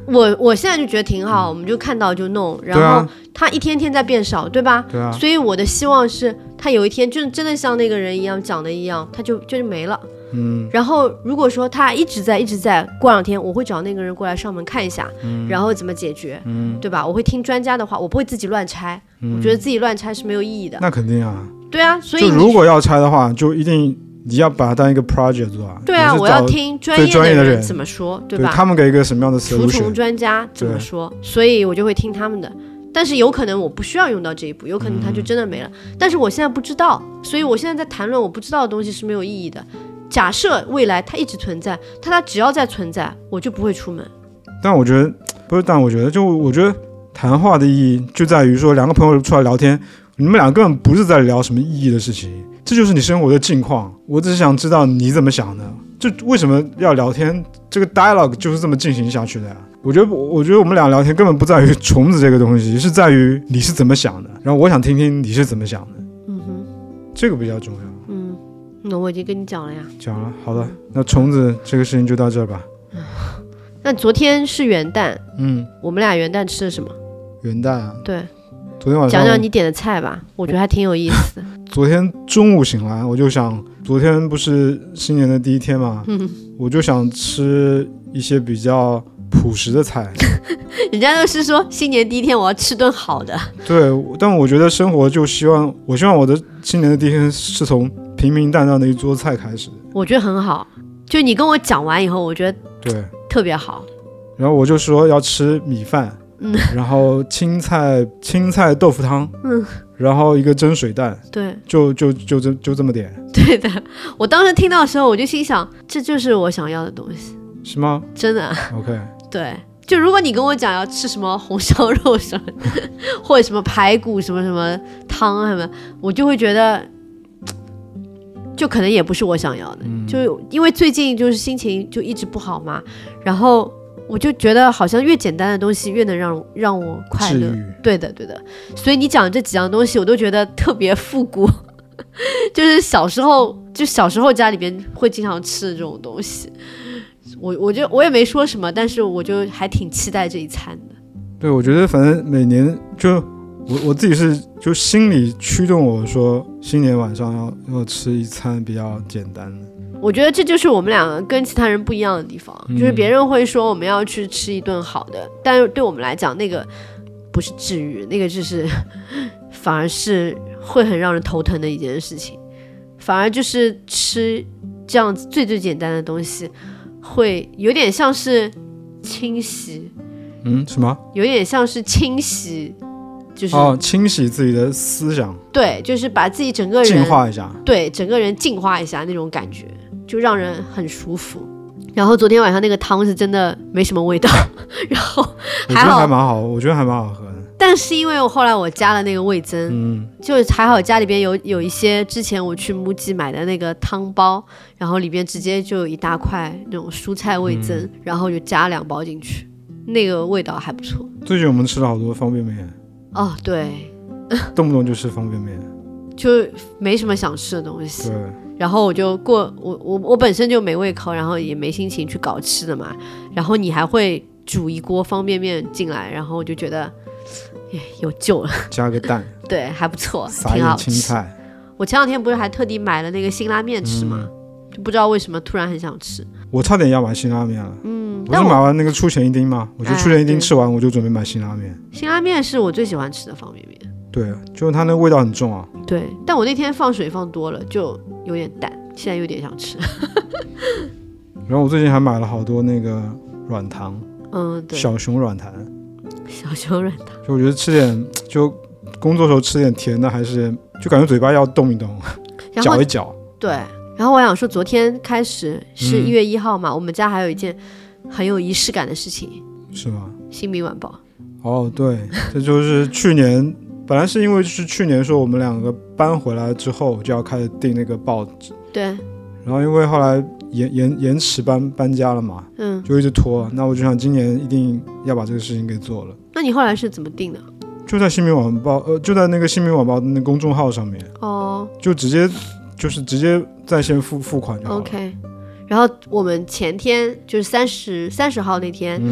我现在就觉得挺好，我们就看到就弄，然后他一天天在变少，对吧？ 对啊。 所以我的希望是他有一天就真的像那个人一样讲的一样，他就没了。然后如果说他一直在，过2天我会找那个人过来上门看一下，然后怎么解决，对吧？我会听专家的话，我不会自己乱拆，我觉得自己乱拆是没有意义的。 那肯定啊。 对啊，所以就如果要拆的话，就一定你要把它当一个 project 做啊。 对啊，我要听专业的人怎么说，对吧？ 他们给一个什么样的 solution， 除虫专家怎么说，所以我就会听他们的。但是有可能我不需要用到这一步，有可能它就真的没了。但是我现在不知道，所以我现在在谈论我不知道的东西是没有意义的。假设未来它一直存在，它只要再存在，我就不会出门。 但我觉得不是，但我觉得谈话的意义就在于说，两个朋友出来聊天，你们俩根本不是在聊什么意义的事情，这就是你生活的近况。我只是想知道你怎么想的，就为什么要聊天？这个 dialogue 就是这么进行下去的呀。我觉得我们俩聊天根本不在于虫子这个东西，是在于你是怎么想的，然后我想听听你是怎么想的。这个比较重要。 那我已经跟你讲了呀。 讲了，好的。那虫子这个事情就到这儿吧。 那昨天是元旦，我们俩元旦吃的什么？ 元旦啊？ 对， 昨天晚上讲讲你点的菜吧，我觉得还挺有意思的。 昨天中午醒来，我就想，昨天不是新年的第一天嘛，我就想吃一些比较朴实的菜。 人家都是说新年第一天我要吃顿好的。对， 但我觉得生活就希望我的新年的第一天是从平平淡淡的一桌菜开始。 我觉得很好，就你跟我讲完以后，我觉得对特别好。 然后我就说要吃米饭，然后青菜豆腐汤，然后一个蒸水蛋， 对， 就这么点。 对的，我当时听到的时候，我就心想，这就是我想要的东西。 是吗？ 真的。 OK。 对，就如果你跟我讲要吃什么红烧肉什么，或者什么排骨什么什么汤什么，我就会觉得，就可能也不是我想要的。就因为最近就是心情就一直不好嘛，然后我就觉得好像越简单的东西越能让我快乐。对的，所以你讲这几样东西，我都觉得特别复古，就是小时候家里边会经常吃的这种东西。我也没说什么，但是我就还挺期待这一餐的。 对，我觉得反正每年就我自己是就心里驱动我说新年晚上要吃一餐比较简单的。 我觉得这就是我们两个跟其他人不一样的地方，就是别人会说我们要去吃一顿好的，但是对我们来讲那个不是治愈，那个就是反而是会很让人头疼的一件事情，反而就是吃这样子最简单的东西会有点像是清洗。 什么？ 有点像是清洗，就是清洗自己的思想。 对，就是把自己整个人净化一下。对， 整个人净化一下那种感觉，就让人很舒服。然后昨天晚上那个汤是真的没什么味道，然后还好， 我觉得还蛮好喝的。 但是因为后来我加了那个味增，就还好家里边有一些之前我去木记买的那个汤包，然后里边直接就有一大块那种蔬菜味增，然后就加2包进去，那个味道还不错。 最近我们吃了好多方便面。 对， 动不动就吃方便面， 就没什么想吃的东西。 对， 然后我本身就没胃口，然后也没心情去搞吃的嘛，然后你还会煮一锅方便面进来，然后我就觉得有救了， 加个蛋， 对，还不错， 撒一点青菜。 我前2天不是还特地买了那个辛拉面吃吗？就不知道为什么突然很想吃。 我差点要买辛拉面了。不是买完那个出前一丁吗？我就出前一丁吃完，我就准备买辛拉面。 辛拉面是我最喜欢吃的方便面。 对，就它那个味道很重啊。 对，但我那天放水放多了，就有点淡，现在有点想吃。 然后我最近还买了好多那个软糖， 对， 小熊软糖。 小熊软糖， 就我觉得吃点，就工作时候吃点甜的，还是就感觉嘴巴要动一动，嚼一嚼。对， 然后我想说，昨天开始是1月1号嘛，我们家还有一件很有仪式感的事情。 是吗？ 新民晚报。 对，这就是去年，本来是因为是去年说我们2个搬回来之后就要开始订那个报纸。 对。 然后因为后来延迟搬家了嘛，就一直拖。那我就想今年一定要把这个事情给做了。 那你后来是怎么订的？ 就在新民晚报，就在那个新民晚报的那个公众号上面。就直接在线付款就好了。 OK。然后我们前天就是30号那天，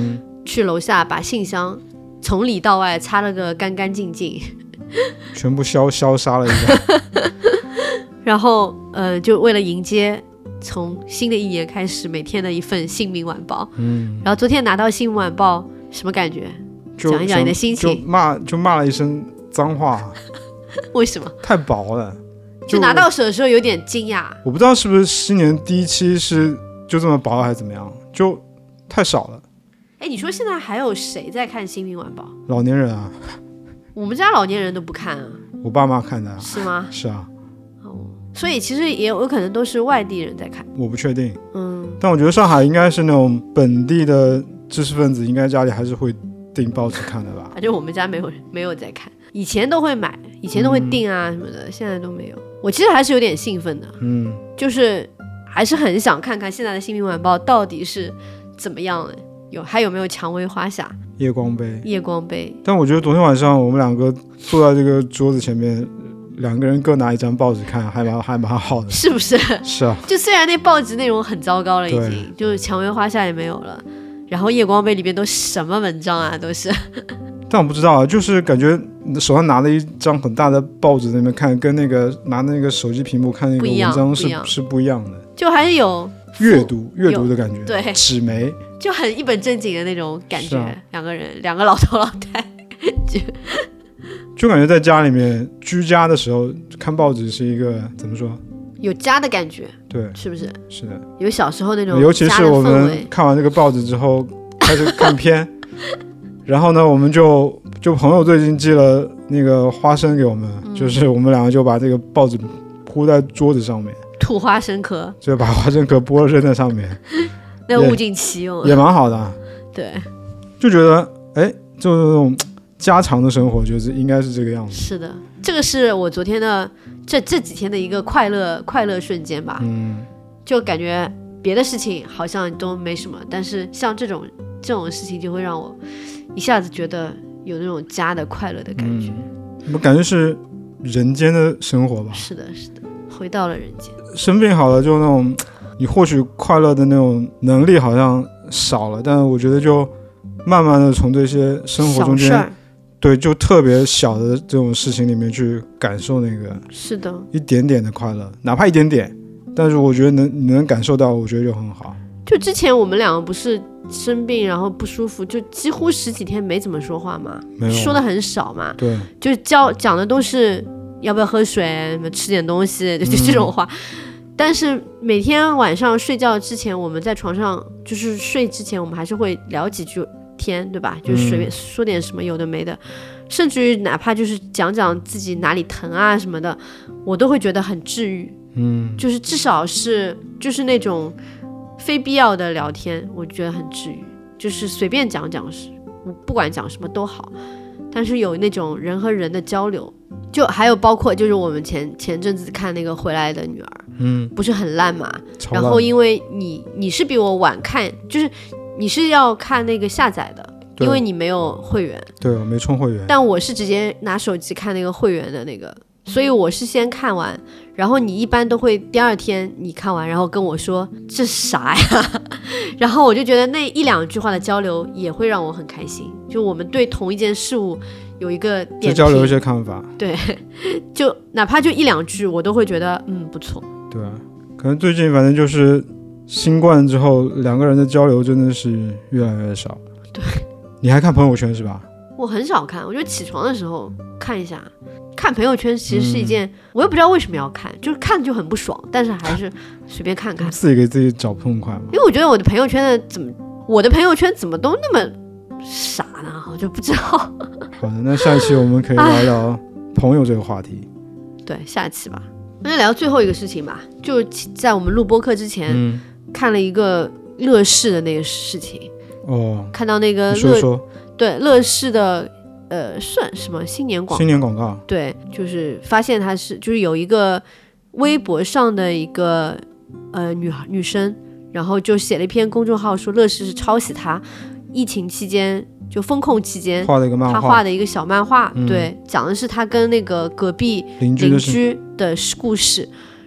去楼下把信箱从里到外擦了个干干净净， 全部消杀了一个。 然后就为了迎接从新的一年开始每天的一份新民晚报。然后昨天拿到新民晚报什么感觉？讲一讲你的心情。 就骂了一声脏话。 为什么？ 太薄了。 就拿到手的时候有点惊讶。我不知道是不是新年第一期是就这么薄还是怎么样，就太少了。 你说现在还有谁在看新民晚报？ 老年人啊。 我们家老年人都不看啊。 我爸妈看的啊。 是吗？ 是啊。 所以其实也有可能都是外地人在看。 我不确定。但我觉得上海应该是那种本地的知识分子，应该家里还是会订报纸看的吧。 反正我们家没有在看，以前都会买，以前都会订啊什么的，现在都没有。我其实还是有点兴奋的。就是还是很想看看现在的新民晚报到底是怎么样的，还有没有蔷薇花下、 夜光杯。但我觉得昨天晚上我们两个坐在这个桌子前面，两个人各拿一张报纸看，还蛮好的。 是不是？ 是啊。 就虽然那报纸内容很糟糕了，已经就是蔷薇花下也没有了，然后夜光杯里边都什么文章啊，都是。 但我不知道啊，就是感觉手上拿了一张很大的报纸在那边看，跟那个拿那个手机屏幕看那个文章是不一样的。就还是有阅读的感觉。对，纸媒就很一本正经的那种感觉。两个老头老太就感觉在家里面居家的时候看报纸是一个怎么说，有家的感觉。对，是不是？是的，有小时候那种家的氛围。尤其是我们看完这个报纸之后开始看片然后呢我们就朋友最近寄了那个花生给我们，就是我们两个就把这个报纸铺在桌子上面，吐花生壳，就把花生壳剥了扔在上面那物尽其用也蛮好的。对，就觉得就是那种家常的生活，就是应该是这个样子。是的，这个是我昨天的这几天的一个快乐瞬间吧。就感觉别的事情好像都没什么，但是像这种事情就会让我一下子觉得有那种家的快乐的感觉。我感觉是人间的生活吧。是的，回到了人间。生病好了，就那种你获取快乐的那种能力好像少了，但我觉得就慢慢的从这些生活中间，对，就特别小的这种事情里面去感受那个，是的，一点点的快乐，哪怕一点点，但是我觉得你能感受到，我觉得就很好。就之前我们两个不是生病然后不舒服，就几乎10几天没怎么说话嘛，说的很少嘛。对，就讲的都是要不要喝水，吃点东西，就这种话。但是每天晚上睡觉之前，我们在床上就是睡之前，我们还是会聊几句天，对吧？就是随便说点什么有的没的，甚至于哪怕就是讲自己哪里疼啊什么的，我都会觉得很治愈。就是至少是就是那种非必要的聊天，我觉得很治愈。就是随便讲不管讲什么都好，但是有那种人和人的交流。就还有包括就是我们前阵子看那个回来的女儿，不是很烂嘛？然后因为你是比我晚看，就是你是要看那个下载的，因为你没有会员。对，我没充会员。但我是直接拿手机看那个会员的那个，所以我是先看完，然后你一般都会第二天你看完，然后跟我说这啥呀？然后我就觉得那1-2句话的交流也会让我很开心，就我们对同一件事物有一个点评，交流一些看法。对，就哪怕就1-2句，我都会觉得不错。对，可能最近反正就是新冠之后，两个人的交流真的是越来越少。对，你还看朋友圈是吧？我很少看，我觉得起床的时候看一下。看朋友圈其实是一件，我也不知道为什么要看，就是看就很不爽，但是还是随便看看，自己给自己找痛快嘛。因为我觉得我的朋友圈怎么都那么傻呢？我就不知道。好的，那下一期我们可以聊聊朋友这个话题。对，下一期吧。那就聊最后一个事情吧，就在我们录播客之前，看了一个乐视的那个事情。看到那个对乐视的。算什么新年广告？对，就是发现他就是有一个微博上的一个女生，然后就写了一篇公众号说乐视是抄袭他疫情期间就封控期间画的一个漫画，他画的一个小漫画。对，讲的是他跟那个隔壁邻居的故事。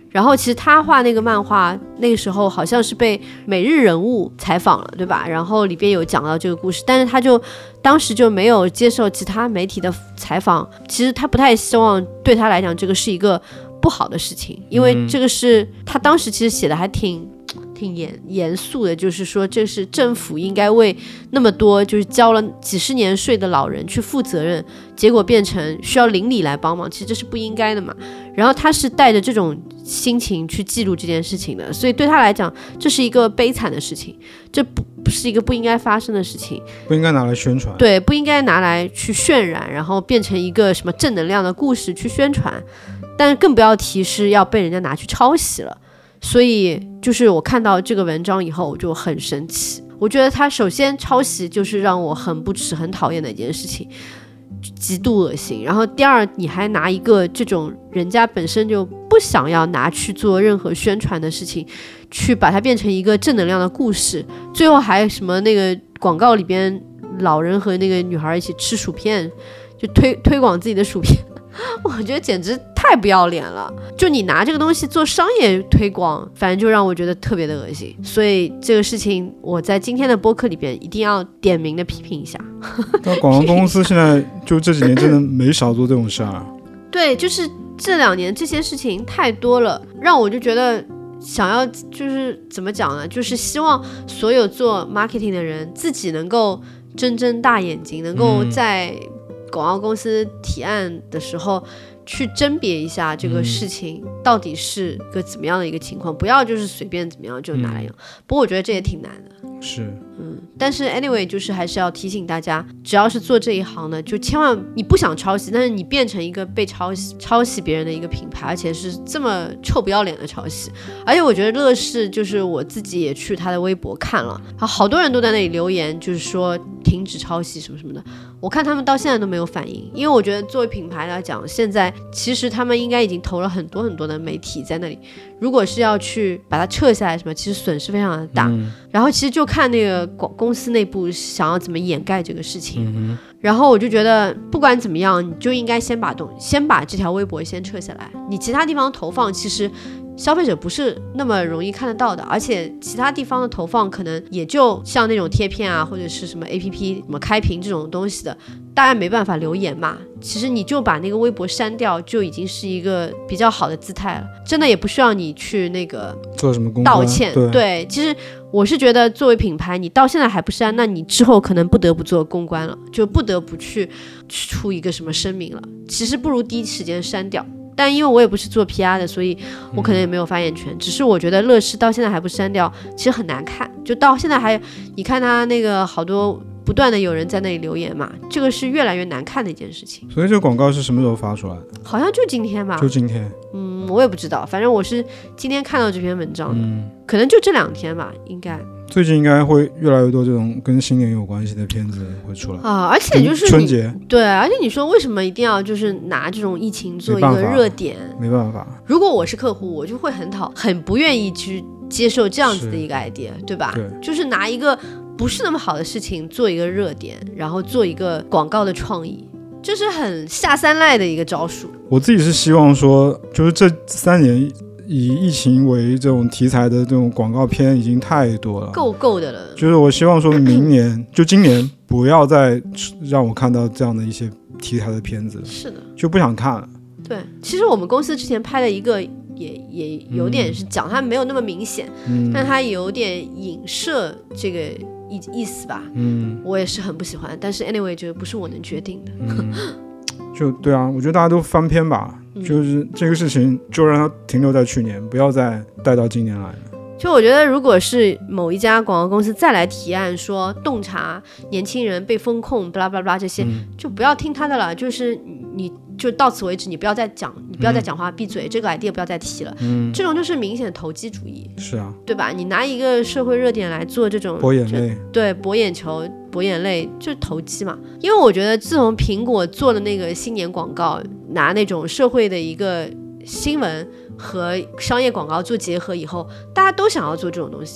然后其实他画那个漫画那个时候好像是被每日人物采访了，对吧？然后里边有讲到这个故事，但是他就当时就没有接受其他媒体的采访。其实他不太希望对他来讲这个是一个不好的事情，因为这个是他当时其实写的还挺严肃的，就是说这是政府应该为那么多就是交了几十年税的老人去负责任，结果变成需要邻里来帮忙，其实这是不应该的嘛。然后他是带着这种心情去记录这件事情的，所以对他来讲这是一个悲惨的事情，这不是一个不应该发生的事情， 不应该拿来宣传， 对，不应该拿来去渲染，然后变成一个什么正能量的故事去宣传，但是更不要提是要被人家拿去抄袭了。所以就是我看到这个文章以后我就很生气，我觉得他首先抄袭就是让我很不耻很讨厌的一件事情，极度恶心。然后第二，你还拿一个这种人家本身就不想要拿去做任何宣传的事情，去把它变成一个正能量的故事，最后还什么那个广告里边老人和那个女孩一起吃薯片，就推广自己的薯片，我觉得简直太不要脸了。就你拿这个东西做商业推广，反正就让我觉得特别的恶心。所以这个事情我在今天的播客里边一定要点名的批评一下。 但广告公司现在就这几年真的没少做这种事儿。 对，就是这2年这些事情太多了，让我就觉得想要就是怎么讲呢，就是希望所有做 marketing 的人自己能够睁睁大眼睛，能够在广告公司提案的时候去甄别一下这个事情到底是个怎么样的一个情况，不要就是随便怎么样就拿来用。不过我觉得这也挺难的。 是， 但是 anyway 就是还是要提醒大家，只要是做这一行的，就千万你不想抄袭，但是你变成一个被抄袭别人的一个品牌，而且是这么臭不要脸的抄袭。而且我觉得乐视就是我自己也去他的微博看了，好多人都在那里留言，就是说停止抄袭什么什么的。我看他们到现在都没有反应，因为我觉得作为品牌来讲，现在其实他们应该已经投了很多很多的媒体在那里，如果是要去把它撤下来什么，其实损失非常的大。然后其实就看那个公司内部想要怎么掩盖这个事情。然后我就觉得不管怎么样，你就应该先把这条微博先撤下来，你其他地方投放其实消费者不是那么容易看得到的，而且其他地方的投放可能也就像那种贴片啊，或者是什么 APP 什么开屏这种东西的，大家没办法留言嘛，其实你就把那个微博删掉就已经是一个比较好的姿态了，真的也不需要你去那个做什么公关道歉。 对，其实我是觉得作为品牌你到现在还不删，那你之后可能不得不做公关了，就不得不去出一个什么声明了，其实不如第一时间删掉。但因为我也不是做 PR 的，所以我可能也没有发言权，只是我觉得乐视到现在还不删掉其实很难看，就到现在还你看他那个好多不断的有人在那里留言嘛，这个是越来越难看的一件事情。 所以这个广告是什么时候发出来的？ 好像就今天吧。 就今天。 我也不知道，反正我是今天看到这篇文章的，可能就这2天吧，应该。 最近应该会越来越多这种跟新年有关系的片子会出来啊，而且就是春节。 对，而且你说为什么一定要就是拿这种疫情做一个热点？ 没办法。 如果我是客户，我就会很不愿意去接受这样子的一个 idea， 对吧？ 对， 就是拿一个不是那么好的事情做一个热点，然后做一个广告的创意，这是很下三滥的一个招数。 我自己是希望说，就是这3年以疫情为这种题材的这种广告片已经太多了， 够的了。 就是我希望说明年就今年不要再让我看到这样的一些题材的片子了。 是的， 就不想看了。对， 其实我们公司之前拍的一个也有点是讲，它没有那么明显，但它有点影射这个意思吧。我也是很不喜欢，但是 anyway 就不是我能决定的。 就对啊，我觉得大家都翻篇吧，就是这个事情就让它停留在去年，不要再带到今年来了。 就我觉得如果是某一家广告公司再来提案说洞察年轻人被风控巴拉巴拉这些，就不要听他的了，就是你就到此为止，你不要再讲话，闭嘴，这个 idea 不要再提了。这种就是明显的投机主义。是啊，对吧？你拿一个社会热点来做这种博眼泪，对，博眼球博眼泪，就是投机嘛。因为我觉得自从苹果做了那个新年广告，拿那种社会的一个新闻和商业广告做结合以后，大家都想要做这种东西，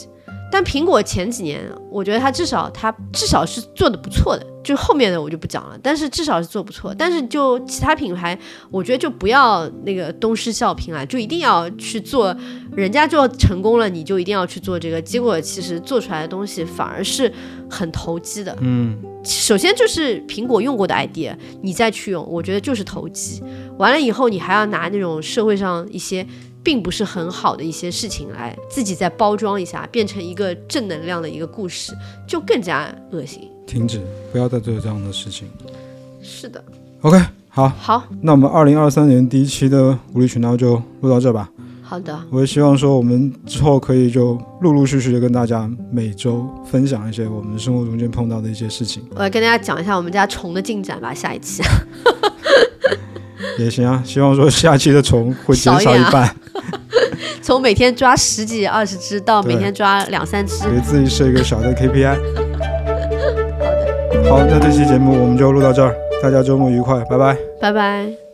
但苹果前几年，我觉得它至少是做的不错的，就后面的我就不讲了，但是至少是做不错。但是就其他品牌，我觉得就不要那个东施效颦了，就一定要去做，人家就成功了，你就一定要去做这个，结果其实做出来的东西反而是很投机的。首先就是苹果用过的 idea， 你再去用，我觉得就是投机。完了以后，你还要拿那种社会上一些并不是很好的一些事情来自己再包装一下，变成一个正能量的一个故事，就更加恶心。 停止，不要再做这样的事情。 是的。 OK， 好，那我们2023年第一期的无理取闹就录到这吧。 好的， 我也希望说我们之后可以就陆陆续续的跟大家每周分享一些我们生活中间碰到的一些事情。 我来跟大家讲一下我们家虫的进展吧，下一期也行啊，希望说下期的虫会减少一半， 从每天抓10几20只到每天抓2-3只， 给自己设一个小的 KPI。 好，那这期节目我们就录到这儿，大家周末愉快，拜拜， 拜拜。